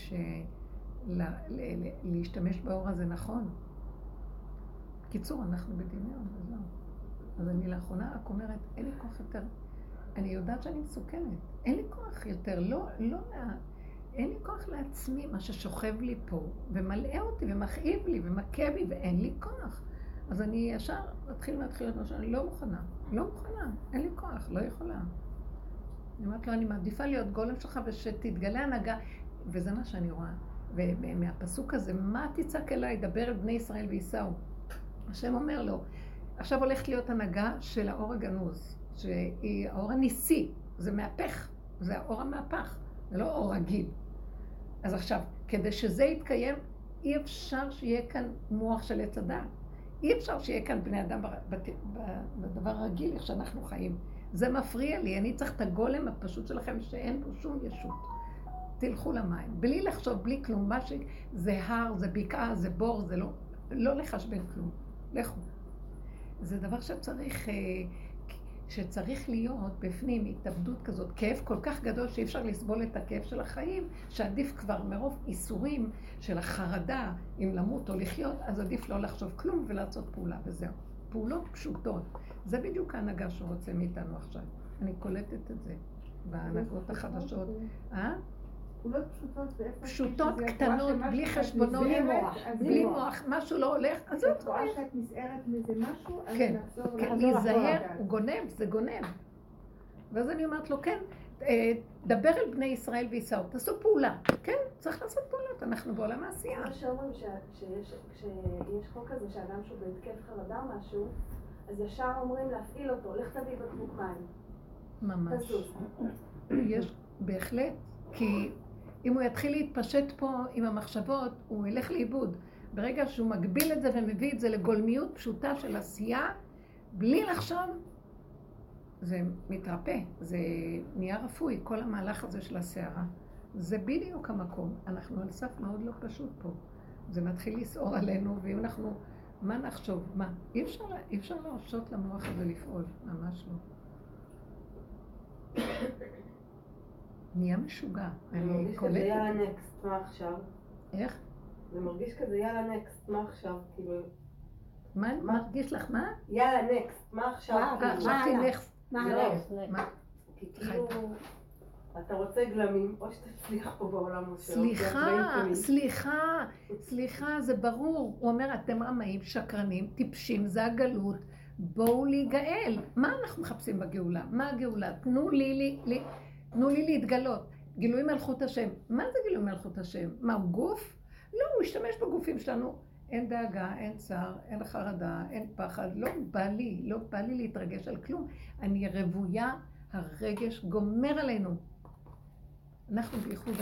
שלהשתמש באור הזה נכון. קיצור, אנחנו בדמיון, אז לא. אז אני לאחרונה רק אומרת, אין לי כוח יותר. אני יודעת שאני מסוכנת. אין לי כוח יותר, לא, לא, אין לי כוח לעצמי, מה ששוכב לי פה, ומלאה אותי, ומכאיב לי, ומכה בי, ואין לי כוח. אז אני ישר אתחיל מהתחילת משהו, אני לא מוכנה, לא מוכנה, אין לי כוח, לא יכולה. אני אומרת לו, אני מעדיפה להיות גולם שלך, ושתתגלה הנהגה, וזה מה שאני רואה. ומהפסוק הזה, מה תצעק אליי, דבר אל בני ישראל וייסעו. השם אומר לו, עכשיו הולכת להיות הנהגה של האור הגנוז, שהיא האור הניסי, זה מהפך, זה האור המהפך, זה לא אור רגיל. אז עכשיו, כדי שזה יתקיים, אי אפשר שיהיה כאן מוח של עץ הדעת. אי אפשר שיהיה כאן בני אדם בדבר הרגיל, איך שאנחנו חיים. זה מפריע לי, אני צריך את הגולם הפשוט שלכם שאין פה שום ישות. תלכו למים, בלי לחשוב, בלי כלום, מה שזה הר, זה בקעה, זה בור, זה לא, לא לחשבן כלום. לכו. זה דבר שצריך, שצריך להיות בפנים, התאבדות כזאת, כאב כל כך גדול שאי אפשר לסבול את הכאב של החיים, שעדיף כבר מרוב איסורים של החרדה, אם למות או לחיות, אז עדיף לא לחשוב כלום ולעשות פעולה, וזהו. פעולות פשוטות. זה בדיוק ההנהגה שהוא רוצה מאיתנו עכשיו. אני קולטת את זה בהנהגות החדשות. אה? פעולות פשוטות ואיפה... פשוטות, קטנות, בלי חשבונות, בלי מוח, משהו לא הולך, אז זאת את רואה שאת נסערת מזה משהו, אז כן, נחזור... כן, להיזהר, הוא גונב, זה גונב. ואז אני אומרת לו, כן, דבר אל בני ישראל ויסעו, תעשו פעולה. כן, צריך לעשות פעולות, אנחנו בעולם העשייה. מה שאומרים שיש חוק כזה שאדם שהוא בהתקף חרדה או משהו, אז ישר אומרים להפעיל אותו, לך תביא בקבוק מים. ממש. תזוז. יש בהחלט, כי אם הוא יתחיל להתפשט פה עם המחשבות, הוא ילך לאיבוד. ברגע שהוא מגביל את זה ומביא את זה לגולמיות פשוטה של עשייה, בלי לחשוב, זה מתרפא, זה נהיה רפוי, כל המהלך הזה של הסערה. זה בדיוק המקום. אנחנו על סף מאוד לא פשוט פה. זה מתחיל לסעור עלינו, ואם אנחנו, מה נחשוב? מה? אי אפשר, אי אפשר להרשות למוח הזה לפעול, ממש לא. נהיה משוגע. אני מרגיש כזה יאללה נקסט, מה עכשיו? איך? זה מרגיש כזה יאללה נקסט, מה עכשיו? כאילו... מה מרגיש לך? מה? יאללה נקסט, מה עכשיו? חשבתי נקסט. מה הלך? כי כאילו... אתה רוצה גלמים, או שתצליח פה בעולם שלו. סליחה, סליחה, סליחה, זה ברור. הוא אומר, אתם רמאים, שקרנים, טיפשים, זה הגלות. בואו להיגאל. מה אנחנו מחפשים בגאולה? מה הגאולה? תנו לי, לי, לי, תנו לי להתגלות. גילוי מלכות השם. מה זה גילוי מלכות השם? מה, הוא גוף? לא, הוא השתמש בגופים שלנו. אין דאגה, אין צער, אין חרדה, אין פחד. לא בא לי, לא בא לי להתרגש על כלום. אני רבויה, הרגש גומר עלינו. אנחנו בייחוד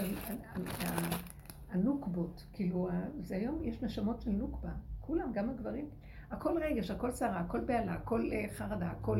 הנוקבות, כאילו, זה היום יש נשמות של נוקבה. כולם, גם הגברים. הכל רגש, הכל שערה, הכל בעלה, הכל חרדה, הכל...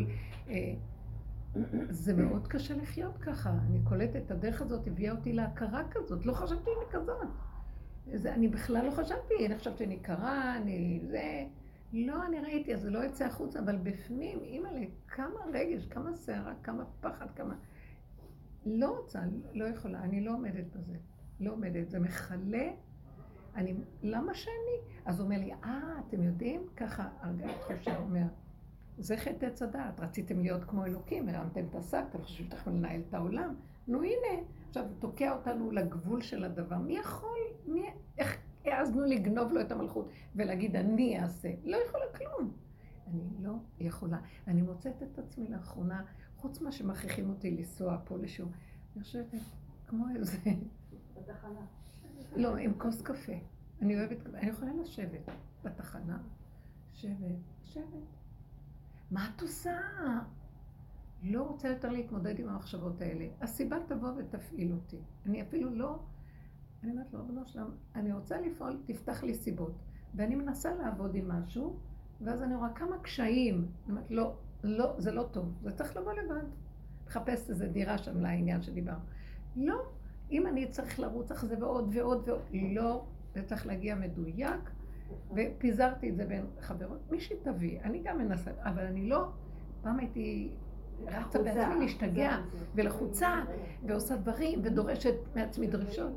זה מאוד קשה לחיות ככה. אני קולטת את הדרך הזאת, הביאה אותי להכרה כזאת. לא חשבתי לי כזאת. זה, אני בכלל לא חשבתי, אני חשבתי שאני קרה, אני זה... לא, אני ראיתי, אז זה לא יצא החוצה, אבל בפנים, אימא'לה, כמה רגש, כמה שערה, כמה פחד, כמה... לא רוצה, לא יכולה, אני לא עומדת בזה. לא עומדת, זה מחלה. אני, למה שאני? אז הוא אומר לי, אה, אתם יודעים? ככה, הרגעת חושב, אומר, זה חטא עץ הדעת, רציתם להיות כמו אלוקים, הרמתם את השק, אתם חושבים שאתם לנהל את העולם. נו הנה, עכשיו תוקע אותנו לגבול של הדבר. מי יכול? מי, איך העזנו לגנוב לו את המלכות ולהגיד, אני אעשה? לא יכולה כלום. אני לא יכולה. אני מוצאת את עצמי לאחרונה, חוץ מה שמכריחים אותי לנסוע פה לשום. אני חושבת, כמו איזה... בתחנה. לא, עם כוס קפה. אני אוהבת, אני יכולה לשבת בתחנה. שבת, שבת. מה את עושה? לא רוצה יותר להתמודד עם המחשבות האלה. הסיבה תבוא ותפעיל אותי. אני אפילו לא... אני אומרת לו, רבנו שלם, אני רוצה לפעול, תפתח לי סיבות. ואני מנסה לעבוד עם משהו, ואז אני רואה כמה קשיים. אני אומרת, לא, לא, זה לא טוב. זה צריך לבוא לבד. לחפש איזו דירה שם לעניין שדיברנו. לא, אם אני צריך לרוץ אחרי זה ועוד ועוד ועוד, לא, זה צריך להגיע מדויק. ופיזרתי את זה בין חברות. מי שתביא, אני גם מנסה, אבל אני לא... פעם הייתי רצה בעצמי להשתגע ולחוצה, ועושה דברים, ודורשת מעצמי דרישות.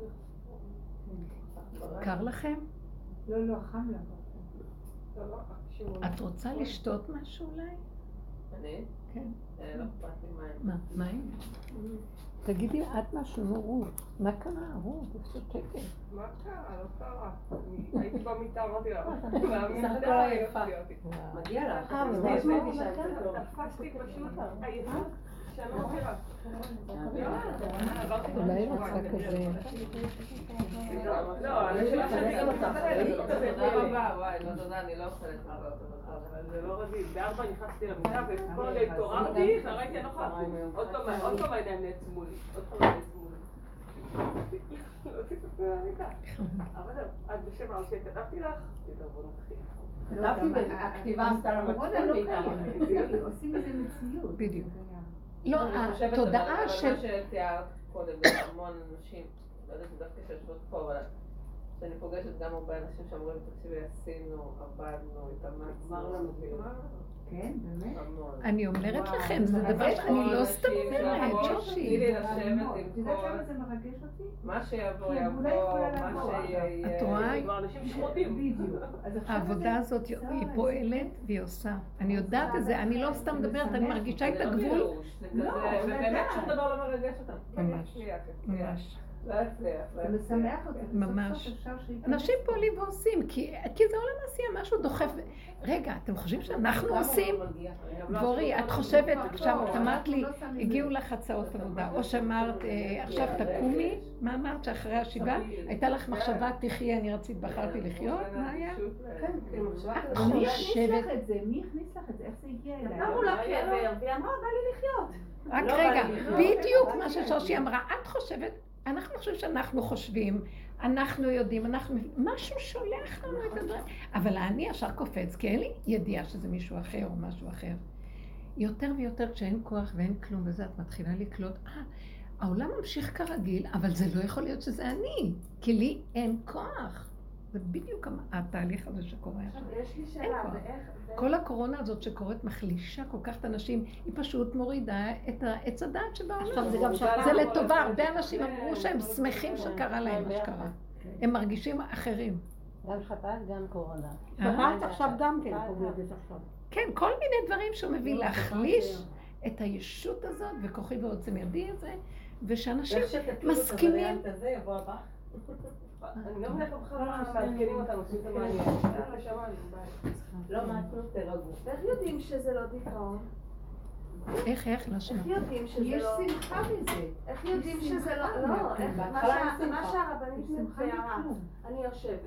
קר לכם? לא, לא, חם לך. את רוצה לשתות משהו אולי? אני? כן. לא אכפת לי מים. מה? מים? תגידי את משהו, נו רות. מה קרה? רות, יש שותקת. מה קרה? לא קרה. הייתי במיטה, אמרתי לה. בסך הכל עייפה. מגיע לך. תפסתי פשוט עייפות שאני לא מכירה. אולי היא רוצה כזה. לא, אני חושבת שאני גם אותך. תודה רבה, וואי, לא תודה, אני לא אוכלת מראות. אבל זה לא רגיל. בארבע נכנסתי למיטה וכל התעוררתי, וראיתי אני לא יכולה. עוד פעם העיניים נעצמו לי. עוד פעם נעצמו לי. לא תקפי למיטה. אבל זהו, את בשם העל שכתבתי לך, תדברו נתחיל. כתבתי בכתיבה עשתה למקום מאיתנו. עושים איזה מציאות. בדיוק. לא, התודעה של... מה שתיארת קודם, המון אנשים, לא יודעת דווקא שיושבות פה, אבל שאני פוגשת גם הרבה אנשים שאמורים, תקשיבי, עשינו, עבדנו, התאמצנו, כן, באמת? אני אומרת לכם, זה דבר שאני לא סתם אומרת, שושי. תני לי לשבת עם את יודעת כמה זה מרגש אותי? מה שיבוא יבוא, מה שיהיה... את רואה? כבר אנשים שחוטים. בדיוק. העבודה הזאת היא פועלת והיא עושה. אני יודעת את זה, אני לא סתם מדברת, אני מרגישה את הגבול. ובאמת שום דבר לא מרגש אותם. ממש, ממש. לא יצליח. זה משמח אותי. ממש. אנשים פועלים ועושים, כי זה עולם עשייה, משהו דוחף. רגע, אתם חושבים שאנחנו עושים? דבורי, את חושבת, עכשיו את אמרת לי, הגיעו לך הצעות עבודה, או שאמרת, עכשיו תקומי, מה אמרת שאחרי השבעה? הייתה לך מחשבה, תחי, אני רצית, בחרתי לחיות? מה היה? את חושבת את זה, מי הכניס לך את זה? איך זה הגיע אליי? נתנו לה קבר, והיא אמרה, בא לי לחיות. רק רגע, בדיוק מה ששושי אמרה, את חושבת, אנחנו חושבים שאנחנו חושבים, אנחנו יודעים, אנחנו, משהו שולח לנו את הדברים, אבל אני ישר קופץ, כי אין לי ידיעה שזה מישהו אחר או משהו אחר. יותר ויותר כשאין כוח ואין כלום וזה, את מתחילה לקלוט, אה, העולם ממשיך כרגיל, אבל זה לא יכול להיות שזה אני, כי לי אין כוח. זה בדיוק התהליך הזה שקורה עכשיו. יש לי שאלה, ואיך... כל הקורונה הזאת שקורית מחלישה כל כך את האנשים, היא פשוט מורידה את העץ הדעת שבעולם. זה לטובה, הרבה אנשים אמרו שהם שמחים שקרה להם מה שקרה. הם מרגישים אחרים. גם שפעת, גם קורונה. שפעת עכשיו גם כן קורית עכשיו. כן, כל מיני דברים שהוא מביא להחליש את הישות הזאת, וכוחי ועוצם ידי הזה, ושאנשים מסכימים. אני גם הולכת בכלל מעדכנים אותנו, שזה מעניין. לא מעטנו תרגעו. איך יודעים שזה לא דיכאון? איך, איך? לא שמע. איך יודעים שזה יש לא... שמחה בזה. איך יודעים שזה לא... לא, איך- מה שהרבנית מציירה, אני יושבת.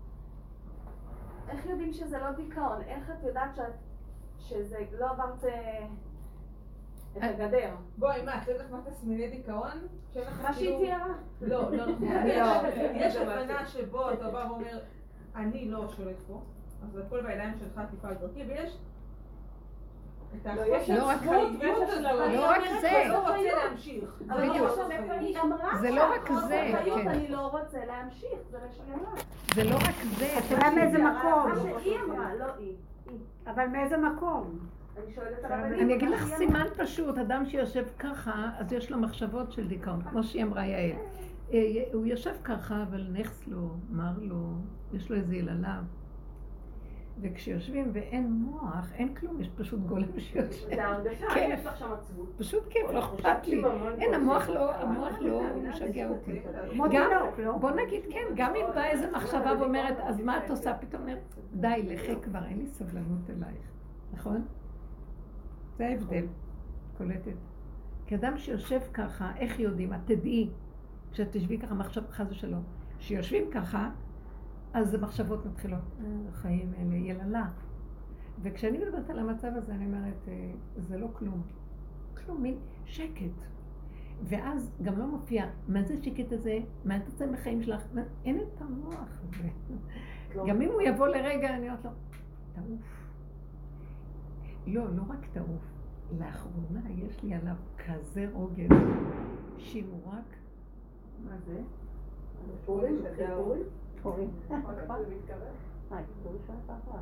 איך יודעים שזה לא דיכאון? איך את יודעת שזה לא עברת את הגדר? בואי, מה, את יודעת מה תסמיני דיכאון? מה שהיא תיארה. לא, לא נכון. יש הבנה שבו אתה בא ואומר, אני לא שולט פה, אז הכל בידיים שלך טיפה דרכי, ויש את לא רק לא רק זה. לא רוצה להמשיך. זה לא רק זה, כן. אני לא רוצה להמשיך, זה לשלמה. זה לא רק זה. השאלה מאיזה מקום. מה שהיא אמרה, לא היא. אבל מאיזה מקום? אני שואלת הרבנית. אני אגיד לך סימן פשוט, אדם שיושב ככה, אז יש לו מחשבות של דיכאון, כמו שהיא אמרה יעל. הוא יושב ככה, אבל נכס לו, מר לו, יש לו איזה יללה. וכשיושבים ואין מוח, אין כלום, יש פשוט גולם שיושב. זה הרגשה, כיף. יש לך שם עצבות. פשוט כיף, לא אכפת לי. אין, המוח לא, המוח לא משגע אותי. גם, בוא נגיד כן, גם אם באה איזה מחשבה ואומרת, אז מה את עושה? פתאום אומרת, די, לכי כבר, אין לי סבלנות אלייך. נכון? זה ההבדל, קולטת. כי אדם שיושב ככה, איך יודעים? את תדעי, כשאת תשבי ככה מחשב חס ושלום, שיושבים ככה, אז המחשבות מתחילות, חיים אלה, יללה. וכשאני מדברת על המצב הזה, אני אומרת, זה לא כלום. כלום, מין שקט. ואז גם לא מופיע, מה זה שקט הזה? מה את רוצה בחיים שלך? אין את המוח הזה. גם אם הוא יבוא לרגע, אני אומרת לו, תעוף. לא, לא רק תעוף. לאחרונה יש לי עליו כזה רוגז, שהוא רק... מה זה? פורים, פורים. פורים. מה, כיפור של פחד.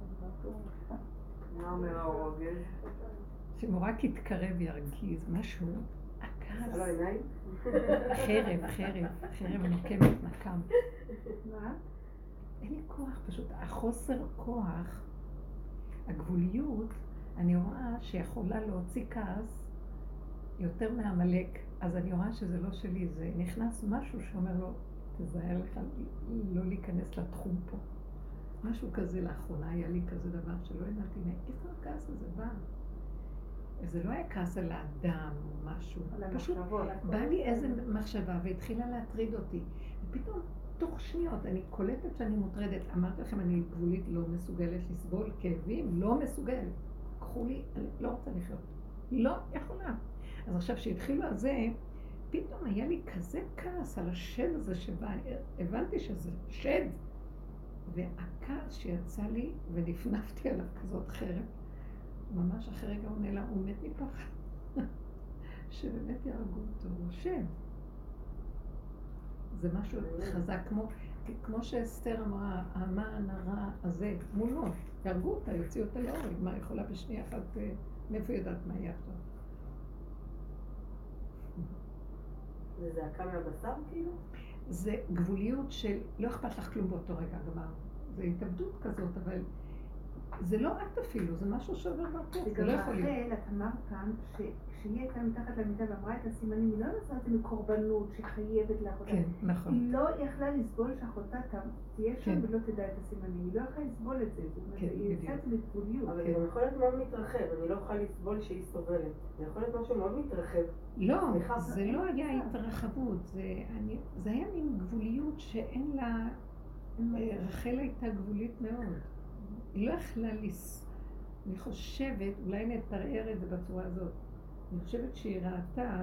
מה אומר הרוגז? שהוא רק יתקרב ירגיז, משהו, הכעס. על העיניים? חרב, חרב, חרב נקמת נקם. מה? אין לי כוח פשוט, החוסר כוח, הגבוליות, אני רואה שיכולה להוציא כעס יותר מהמלאק, אז אני רואה שזה לא שלי, זה נכנס משהו שאומר לו, תזהר לך לא להיכנס לתחום פה. משהו כזה לאחרונה היה לי כזה דבר שלא ידעתי, איפה הכעס הזה בא? זה לא היה כעס על האדם או משהו, פשוט בא לי איזה מחשבה והתחילה להטריד אותי. ופתאום תוך שניות אני קולטת שאני מוטרדת, אמרתי לכם אני גבולית לא מסוגלת לסבול כאבים, לא מסוגלת. קחו לי, אני לא רוצה לחיות. לא יכולה. אז עכשיו שהתחילו על זה, פתאום היה לי כזה כעס על השד הזה שבא, הבנתי שזה שד. והכעס שיצא לי ונפנפתי עליו כזאת חרב, ממש אחרי רגע הוא נעלם, הוא מת מפחד. שבאמת יהרגו אותו, הוא שד. זה משהו חזק, כמו, כמו שאסתר אמרה, המן הרע הזה, מולו, יהרגו אותה, יוציאו אותה להורג, מה יכולה בשנייה אחת, מאיפה יודעת מה יהיה עכשיו? זה זעקה מהבשר כאילו? זה גבוליות של לא אכפת לך כלום באותו רגע, גמר. זה התאבדות כזאת, אבל זה לא את אפילו, זה משהו שעובר ברחוב, זה וגם לא יכול להיות. רחל, את אמרת כאן, שכשהיא הייתה מתחת למיטה ואמרה את הסימנים, היא לא נסעה את זה מקורבנות שחייבת לאחותה. כן, נכון. היא לא יכלה לסבול שאחותה תהיה שם כן. ולא תדע את הסימנים. היא לא יכלה לסבול את זה. זאת אומרת, כן, היא עושה בדיוק. את זה בגבוליות. אבל זה גם יכול להיות מאוד מתרחב, אני לא יכולה לסבול שהיא סובלת. זה יכול להיות משהו מאוד מתרחב. לא, סליחה. זה לא היה התרחבות, זה, אני, זה היה מין גבוליות שאין לה, אה, רחל הייתה גבולית מאוד. היא לא יכלה לס... אני חושבת, אולי נתרער את זה בצורה הזאת, אני חושבת שהיא ראתה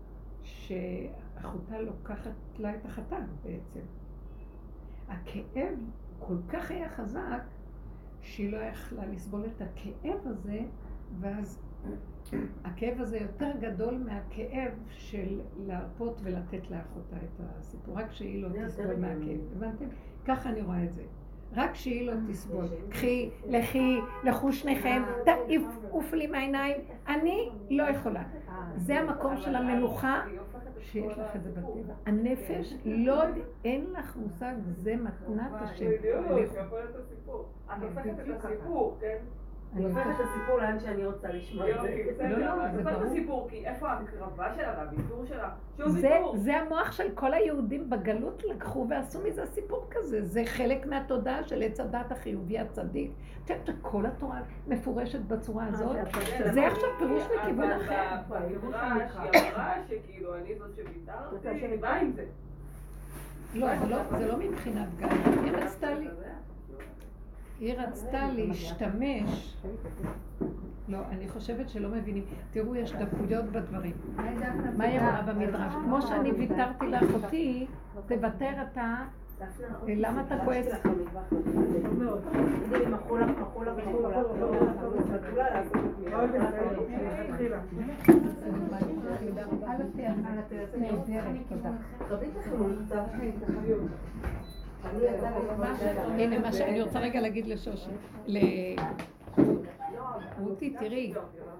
שאחותה לוקחת לה את החתן בעצם. הכאב כל כך היה חזק שהיא לא יכלה לסבול את הכאב הזה, ואז הכאב הזה יותר גדול מהכאב של להרפות ולתת לאחותה את הסיפור, רק שהיא לא תסבול מהכאב. הבנתם? ככה אני רואה את זה. רק שהיא לא תסבול. קחי, לכי, לכו שניכם, תעיף לי מהעיניים. אני לא יכולה. זה המקום של המנוחה שיש לך את זה בטבע. הנפש, לא, אין לך מושג, זה מתנת השם. בדיוק, יכול להיות הסיפור. את הופכת את הסיפור, כן? אני הופכת את הסיפור לאן שאני רוצה לשמוע את זה. לא, לא, זה זה ברור. ברור. הסיפור, כי איפה ההקרבה שלה והביטור שלה? שום זה, ביטור. זה המוח של כל היהודים בגלות לקחו ועשו מזה סיפור כזה. זה חלק מהתודעה של עץ הדת החיובי הצדיק. את יודעת שכל התורה מפורשת בצורה הזאת. זה עכשיו פירוש מכיוון אחר. במדרש היא אמרה שכאילו אני זאת שוויתרתי, היא באה עם זה. לא, זה לא, זה לא מבחינת גל. היא רצתה לי, היא רצתה להשתמש. לא, אני חושבת שלא מבינים. תראו, יש דקויות בדברים. מה היא אמרה במדרש? כמו שאני ויתרתי לאחותי, תוותר אתה, למה אתה כועס? הנה, מה שאני רוצה רגע להגיד לשושי, רותי, תראי,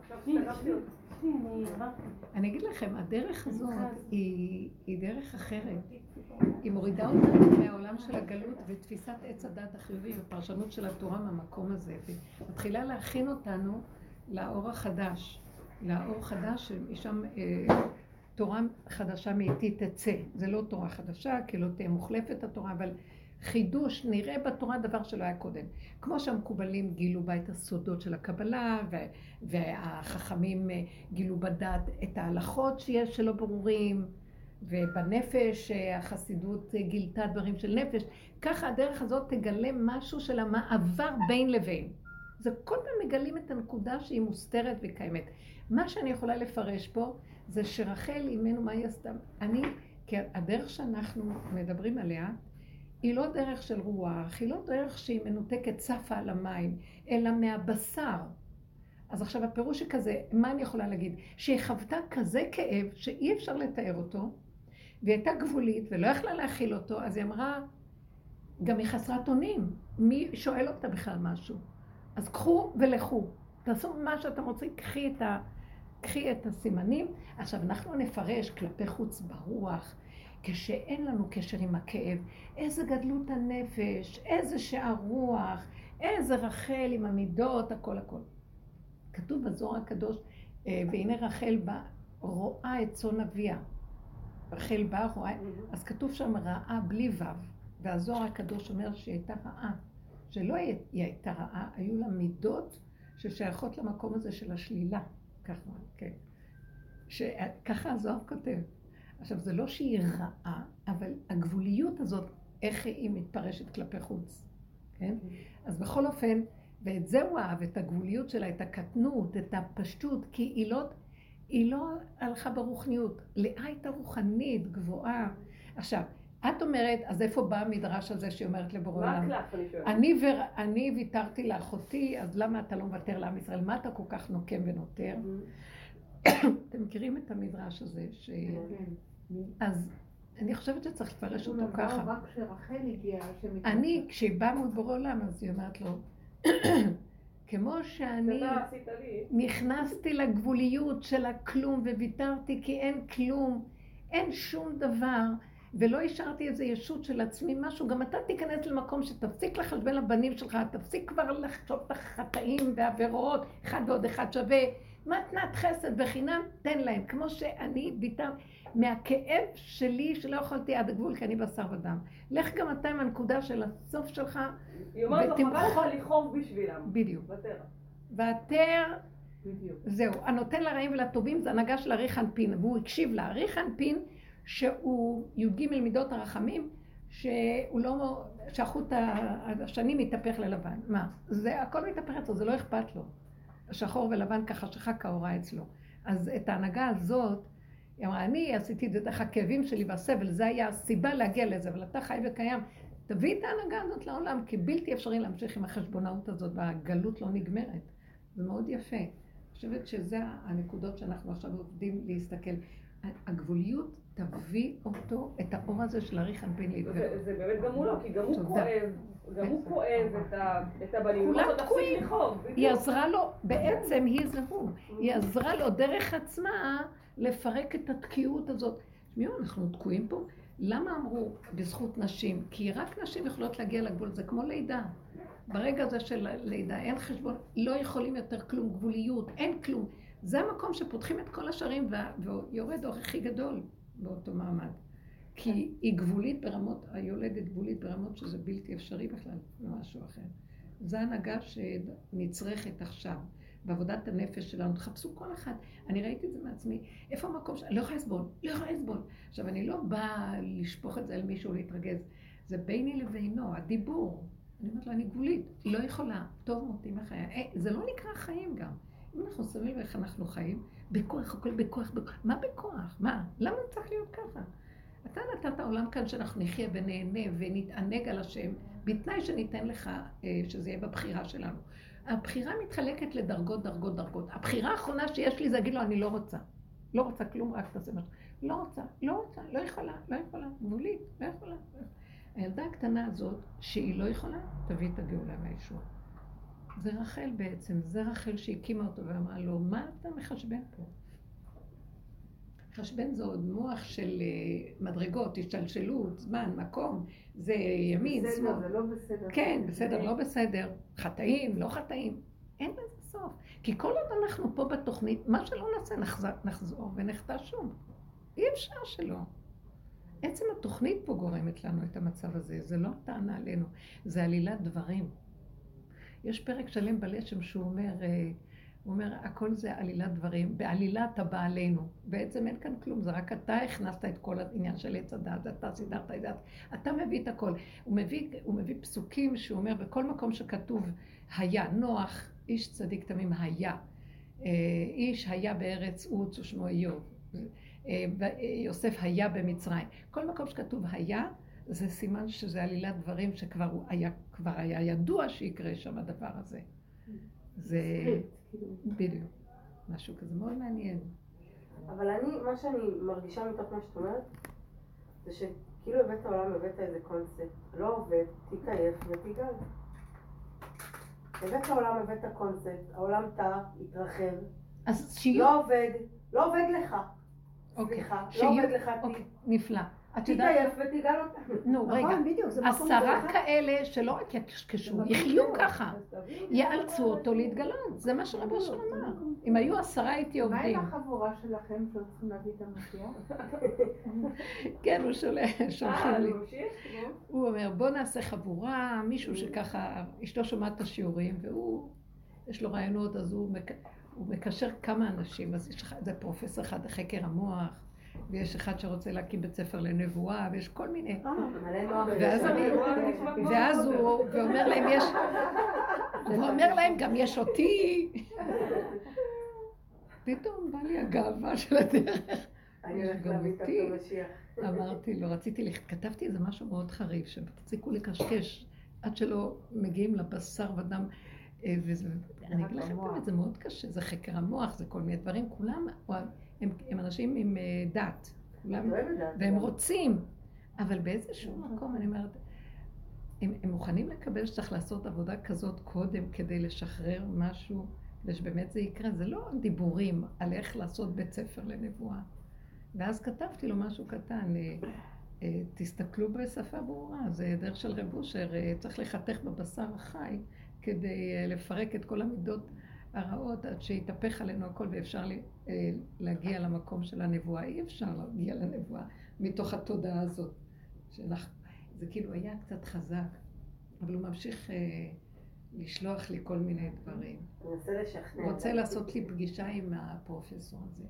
אני אגיד לכם, הדרך הזאת היא דרך אחרת. היא מורידה אותנו מהעולם של הגלות ותפיסת עץ הדת החיובי ופרשנות של התורה מהמקום הזה, ומתחילה להכין אותנו לאור החדש, לאור חדש שמשם תורה חדשה מאיתי תצא. זה לא תורה חדשה, כי לא תהיה מוחלפת התורה, אבל חידוש, נראה בתורה דבר שלא היה קודם. כמו שהמקובלים גילו בה את הסודות של הקבלה, והחכמים גילו בדת את ההלכות שיש שלא ברורים, ובנפש החסידות גילתה דברים של נפש. ככה הדרך הזאת תגלה משהו של המעבר בין לבין. זה כל פעם מגלים את הנקודה שהיא מוסתרת וקיימת. מה שאני יכולה לפרש פה, זה שרחל אימנו מה היא עשתה. אני, כי הדרך שאנחנו מדברים עליה, היא לא דרך של רוח, היא לא דרך שהיא מנותקת צפה על המים, אלא מהבשר. אז עכשיו הפירוש כזה, מה אני יכולה להגיד? שהיא חוותה כזה כאב שאי אפשר לתאר אותו, והיא הייתה גבולית ולא יכלה להכיל אותו, אז היא אמרה, גם היא חסרת אונים, מי שואל אותה בכלל משהו? אז קחו ולכו, תעשו מה שאתם רוצים, קחי את, ה, קחי את הסימנים. עכשיו אנחנו נפרש כלפי חוץ ברוח, כשאין לנו קשר עם הכאב, איזה גדלות הנפש, איזה שער רוח, איזה רחל עם המידות, הכל הכל. כתוב בזוהר הקדוש, והנה רחל בא, רואה את צאן אביה. רחל בא, רואה, אז כתוב שם רעה בלי וו, והזוהר הקדוש אומר שהיא הייתה רעה, שלא היא הייתה רעה, היו לה מידות ששייכות למקום הזה של השלילה, ככה, כן. שככה הזוהר כותב. עכשיו, זה לא שהיא רעה, אבל הגבוליות הזאת, איך היא מתפרשת כלפי חוץ, כן? אז בכל אופן, ואת זה הוא אהב, את הגבוליות שלה, את הקטנות, את הפשטות, כי היא לא, היא לא הלכה ברוחניות. לאה הייתה רוחנית, גבוהה. עכשיו, את אומרת, אז איפה בא המדרש הזה שהיא אומרת לבורא עולם? מה הקלף, אני שואלת? אני, ו... אני ויתרתי לאחותי, אז למה אתה לא מוותר לעם ישראל? מה אתה כל כך נוקם ונותר? אתם מכירים את המדרש הזה? ש... אז אני חושבת שצריך לפרש אותו ככה. רק כשרחל הגיעה, אני, כשהיא באה מול בורא עולם, אז היא אומרת לו, כמו שאני נכנסתי לגבוליות של הכלום וויתרתי כי אין כלום, אין שום דבר, ולא השארתי איזה ישות של עצמי, משהו, גם אתה תיכנס למקום שתפסיק לחשבן לבנים שלך, תפסיק כבר לחשוב את החטאים והעבירות, אחד ועוד אחד שווה, מתנת חסד בחינם, תן להם, כמו שאני ביטם, מהכאב שלי שלא יכולתי עד הגבול, כי אני בשר ודם. לך גם אתה עם הנקודה של הסוף שלך, היא אומרת לו, חבל לך לכאוב בשבילם. בדיוק. ותר. ואתר, בדיוק. זהו, הנותן לרעים ולטובים זה הנהגה של אריך אנפין, והוא הקשיב לה. אריך אנפין, שהוא י"ג מידות הרחמים, שהוא לא, שהחוט השני מתהפך ללבן. מה? זה הכל מתהפך אצלו, זה לא אכפת לו. שחור ולבן ככה שחק האורה אצלו. אז את ההנהגה הזאת, היא אמרה, אני עשיתי את זה דרך הכאבים שלי והסבל, זה היה הסיבה להגיע לזה, אבל אתה חי וקיים. תביא את ההנהגה הזאת לעולם, כי בלתי אפשרי להמשיך עם החשבונאות הזאת, והגלות לא נגמרת. זה מאוד יפה. אני חושבת שזה הנקודות שאנחנו עכשיו עובדים להסתכל. הגבוליות תביא אותו, את האור הזה של אריך אנפין להתגלות. זה באמת גם הוא לא, כי גם הוא כואב, גם הוא כואב את הבנים, הוא לא תפסיק לכאוב. היא עזרה לו, בעצם היא זה הוא, היא עזרה לו דרך עצמה לפרק את התקיעות הזאת. תשמעו, אנחנו תקועים פה. למה אמרו בזכות נשים? כי רק נשים יכולות להגיע לגבול, זה כמו לידה. ברגע הזה של לידה אין חשבון, לא יכולים יותר כלום, גבוליות, אין כלום. זה המקום שפותחים את כל השערים ויורד אור הכי גדול באותו מעמד. כי היא גבולית ברמות, היולדת גבולית ברמות שזה בלתי אפשרי בכלל, משהו אחר. זה הנהגה שנצרכת עכשיו, בעבודת הנפש שלנו. תחפשו כל אחד. אני ראיתי את זה מעצמי. איפה המקום ש... לא יכולה לסבול, לא יכולה לסבול. עכשיו, אני לא באה לשפוך את זה על מישהו להתרגז. זה ביני לבינו, הדיבור. אני אומרת לו, אני גבולית, לא יכולה, טוב מותי מחיי. זה לא נקרא חיים גם. אם אנחנו שמים איך אנחנו חיים, בכוח, הכל בכוח, בכוח. מה בכוח? מה? למה זה צריך להיות ככה? אתה נתת העולם כאן שאנחנו נחיה ונהנה ונתענג על השם, בתנאי שניתן לך שזה יהיה בבחירה שלנו. הבחירה מתחלקת לדרגות, דרגות, דרגות. הבחירה האחרונה שיש לי זה להגיד לו, אני לא רוצה. לא רוצה כלום, רק תעשה משהו. לא רוצה, לא רוצה, לא יכולה, לא יכולה, גבולית, לא יכולה. הילדה הקטנה הזאת, שהיא לא יכולה, תביא את הגאולה מהישועה. זה רחל בעצם, זה רחל שהקימה אותו ואמרה לו, מה אתה מחשבן פה? חשבן זה עוד מוח של מדרגות, השתלשלות, זמן, מקום, זה ימין, בסדר, שמאל. זה לא בסדר. כן, בסדר, לא בסדר, חטאים, לא חטאים, אין לזה סוף. כי כל עוד אנחנו פה בתוכנית, מה שלא נעשה נחזור, נחזור ונחטא שום. אי אפשר שלא. עצם התוכנית פה גורמת לנו את המצב הזה, זה לא טענה עלינו, זה עלילת דברים. יש פרק שלם בלשם שהוא אומר, הוא אומר, הכל זה עלילת דברים, בעלילת הבא עלינו. בעצם אין כאן כלום, זה רק אתה הכנסת את כל העניין של עץ הדעת, אתה סידרת את זה, אתה מביא את הכל. הוא מביא, הוא מביא פסוקים שהוא אומר, בכל מקום שכתוב היה, נוח, איש צדיק תמים היה, איש היה בארץ עוץ ושמו איוב, יוסף היה במצרים. כל מקום שכתוב היה, זה סימן שזה עלילת דברים שכבר היה, כבר היה ידוע שיקרה שם הדבר הזה. זה בדיוק, משהו כזה מאוד מעניין. אבל אני, מה שאני מרגישה מתוך מה שאת אומרת, זה שכאילו הבאת העולם, הבאת איזה קונספט, לא עובד, תתעייף ותיגל. הבאת העולם, הבאת קונספט, העולם תא, התרחב, אז שיהיו... לא עובד, לא עובד לך. סליחה, לא עובד לך, נפלא. תתעייף ותיגל אותה. נו, רגע, עשרה כאלה שלא רק יקשקשו, יחיו ככה, יאלצו אותו להתגלות, זה מה שרבו אושר אמר. אם היו עשרה הייתי עובדים. מה עם החבורה שלכם שצריכים להביא את המשיח? כן, הוא שולחים לי. הוא אומר, בוא נעשה חבורה, מישהו שככה, אשתו שומעת את השיעורים, והוא, יש לו רעיונות, אז הוא מקשר כמה אנשים, אז יש זה פרופסור אחד לחקר המוח, ויש אחד שרוצה להקים בית ספר לנבואה, ויש כל מיני. ואז אני, ואז הוא אומר להם, יש, הוא אומר להם, גם יש אותי. פתאום בא לי הגאווה של הדרך. אני הולכת להביא את המשיח. אמרתי לו, רציתי, כתבתי איזה משהו מאוד חריף, שתפסיקו לקשקש, עד שלא מגיעים לבשר ודם. אני אגיד לכם באמת, זה מאוד קשה, זה חקר המוח, זה כל מיני דברים, כולם הם, הם אנשים עם דת, כולם, והם רוצים, אבל באיזשהו מקום אני אומרת, הם, הם מוכנים לקבל שצריך לעשות עבודה כזאת קודם כדי לשחרר משהו, כדי שבאמת זה יקרה, זה לא דיבורים על איך לעשות בית ספר לנבואה. ואז כתבתי לו משהו קטן, תסתכלו בשפה ברורה, זה דרך של רב אושר, צריך לחתך בבשר החי כדי לפרק את כל המידות הרעות עד שיתהפך עלינו הכל ואפשר להגיע למקום של הנבואה. אי אפשר להגיע לנבואה מתוך התודעה הזאת. זה כאילו היה קצת חזק, אבל הוא ממשיך לשלוח לי כל מיני דברים. הוא רוצה לשכנע. הוא רוצה לעשות לי פגישה עם הפרופסור הזה.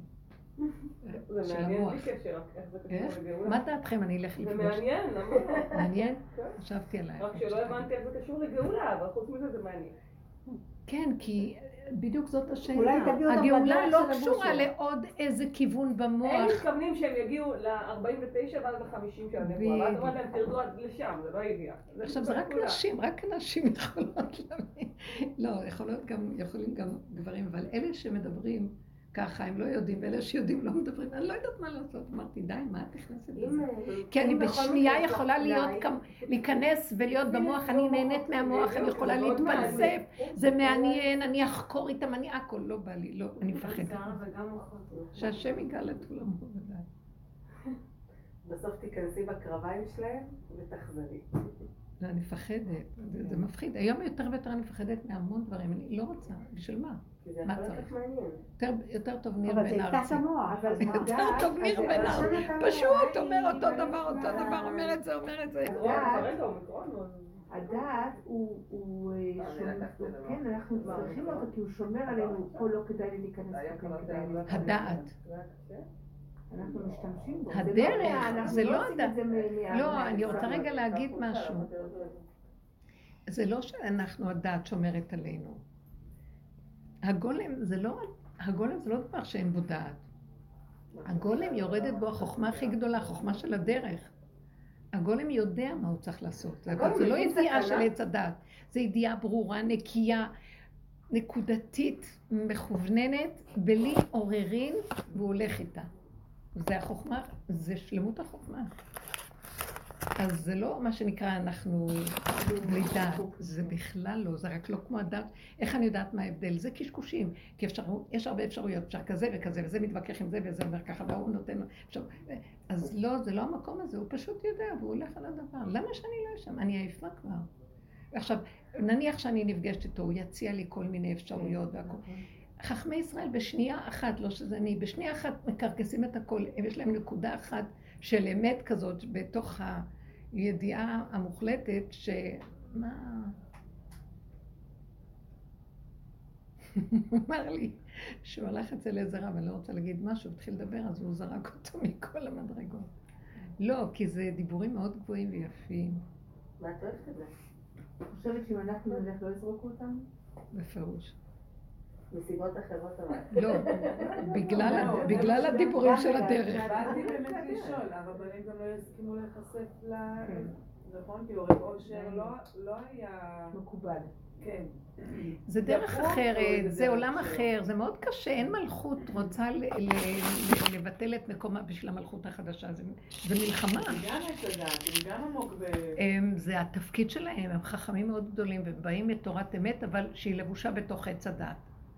זה מעניין בלי קשר, איך זה קשור לגאולה. מה דעתכם? אני אלך לפגוש. זה מעניין, למה לא? מעניין? חשבתי עליי. רק שלא הבנתי איך זה קשור לגאולה, אבל חוץ מזה זה מעניין. כן, כי בדיוק זאת השאלה. אולי תביאו אותם הגאולה בדרך לא של קשורה הבושר. לעוד איזה כיוון הם במוח. מתכוונים שהם יגיעו ל-ארבעים ותשע ועד ל-חמישים של הנבואה, ואת אומרת להם תרדו עד לשם, זה לא הגיע. עכשיו זה רק נשים, רק נשים יכולות להבין. לא, יכולות גם, יכולים גם גברים, אבל אלה שמדברים ככה, הם לא יודעים, ואלה שיודעים לא מדברים, אני לא יודעת מה לעשות. אמרתי, די, מה את נכנסת לזה? כי אני בשנייה יכולה להיות, להיכנס ולהיות במוח, אני נהנית מהמוח, אני יכולה להתפלסף, זה מעניין, אני אחקור איתם, אני הכל, לא בא לי, לא, אני מפחדת. שהשם ייגע לכולם בוודאי. בסוף תיכנסי בקרביים שלהם ותחזרי. לא, אני מפחדת, זה, זה מפחיד. היום יותר ויותר אני מפחדת מהמון דברים, אני לא רוצה, בשביל מה? כי זה מה יכול צריך? להיות מעניין. יותר, יותר טוב ניר אבל זה בן יפתח ארצי. את המוח. יותר טוב ניר בן ארצי. פשוט אומר אותו דבר, אותו דבר, אומר את זה, אומר את זה. כרגע הוא מקרון. הדעת הוא, הוא שומר, כן, אנחנו צריכים אותו כי הוא שומר עלינו, פה לא כדאי לי להיכנס, פה כן כדאי לי להיכנס. הדעת. אנחנו משתמשים בו. הדרך, זה לא הדעת. הדעת. לא, אני רוצה רגע להגיד משהו. זה לא שאנחנו הדעת שומרת עלינו. הגולם זה לא, הגולם זה לא דבר שאין בו דעת. הגולם יורדת בו החוכמה הכי גדולה, החוכמה של הדרך. הגולם יודע מה הוא צריך לעשות. זה לא ידיעה של עץ הדעת. זה ידיעה ברורה, נקייה, נקודתית, מכווננת, בלי עוררין, והוא הולך איתה. זה החוכמה, זה שלמות החוכמה. אז זה לא מה שנקרא אנחנו בלי דעת, זה בכלל לא, זה רק לא כמו הדעת. איך אני יודעת מה ההבדל? זה קשקושים, כי אפשר, יש הרבה אפשרויות, אפשר כזה וכזה, וזה מתווכח עם זה וזה אומר ככה, והוא נותן לו, אפשר, אז לא, זה לא המקום הזה, הוא פשוט יודע, והוא הולך על הדבר. למה שאני לא אשם? אני עייפה כבר. עכשיו, נניח שאני נפגשת איתו, הוא יציע לי כל מיני אפשרויות והכל. חכמי ישראל בשנייה אחת, לא שזה אני, בשנייה אחת מקרקסים את הכל, יש להם נקודה אחת של אמת כזאת בתוך הידיעה המוחלטת ש... מה? הוא אמר לי שהוא הלך אצל איזה רב, אני לא רוצה להגיד משהו, התחיל לדבר, אז הוא זרק אותו מכל המדרגות. לא, כי זה דיבורים מאוד גבוהים ויפים. מה את אוהבת את זה? אני חושבת שאם אנחנו נלך לא יזרוקו אותם? בפירוש. מסיבות אחרות אבל. לא, בגלל הדיבורים של הדרך. באתי באמת לשאול, הרבנים גם לא יסכימו להיחשף ל... נכון? כי רב אושר לא היה... מקובל. כן. זה דרך אחרת, זה עולם אחר, זה מאוד קשה, אין מלכות רוצה לבטל את מקומה בשביל המלכות החדשה, זה מלחמה. גם את הדעת, הם גם עמוק ב... זה התפקיד שלהם, הם חכמים מאוד גדולים ובאים מתורת אמת, אבל שהיא לבושה בתוך עץ הדעת.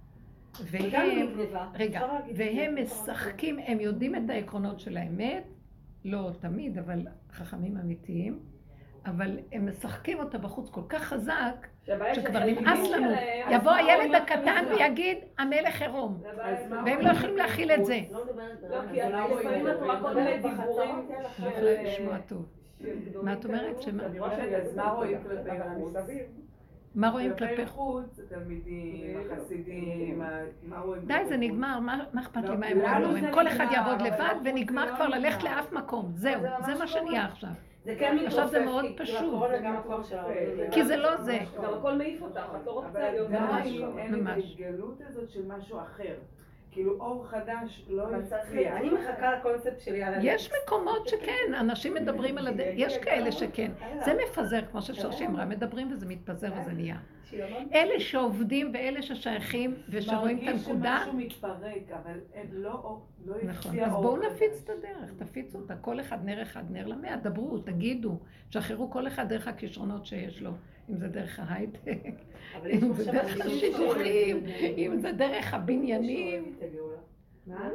והם, רגע, והם משחקים, הם יודעים את העקרונות של האמת, לא תמיד, אבל חכמים אמיתיים, אבל הם משחקים אותה בחוץ כל כך חזק, שכבר נמאס לנו. יבוא הילד הקטן ויגיד, המלך עירום, והם לא יכולים להכיל את זה. לא, כי לפעמים את רואה כל מיני דיבורים. לשמוע טוב. מה את אומרת? אני רואה אז מה רואים כלפי חוץ? מה רואים כלפי כלפי חוץ? התלמידים, החסידים, מה רואים? די, זה נגמר, מה אכפת לי מה הם רואים? כל אחד יעבוד לבד ונגמר כבר ללכת לאף מקום. זהו, זה מה שנהיה עכשיו. זה כן מתרופף, עכשיו זה מאוד פשוט. כי זה לא זה. גם הכל מעיף אותך, את לא רוצה להיות משהו. אין את ההתגלות הזאת של משהו אחר. כאילו אור חדש לא יצליח. אני מחכה לקונספט שלי על... יש מקומות שכן, אנשים מדברים על הדרך, יש כאלה שכן. זה מפזר, כמו ששרשי אמרה, מדברים וזה מתפזר וזה נהיה. אלה שעובדים ואלה ששייכים ושרואים את הנקודה. מרגיש שמשהו מתפרק, אבל לא יפציע אור. נכון, אז בואו נפיץ את הדרך, תפיצו אותה. כל אחד נר אחד, נר למאה, דברו, תגידו, שחררו כל אחד דרך הכישרונות שיש לו. אם זה דרך ההייטק, אם זה דרך השידוכים, אם זה דרך הבניינים.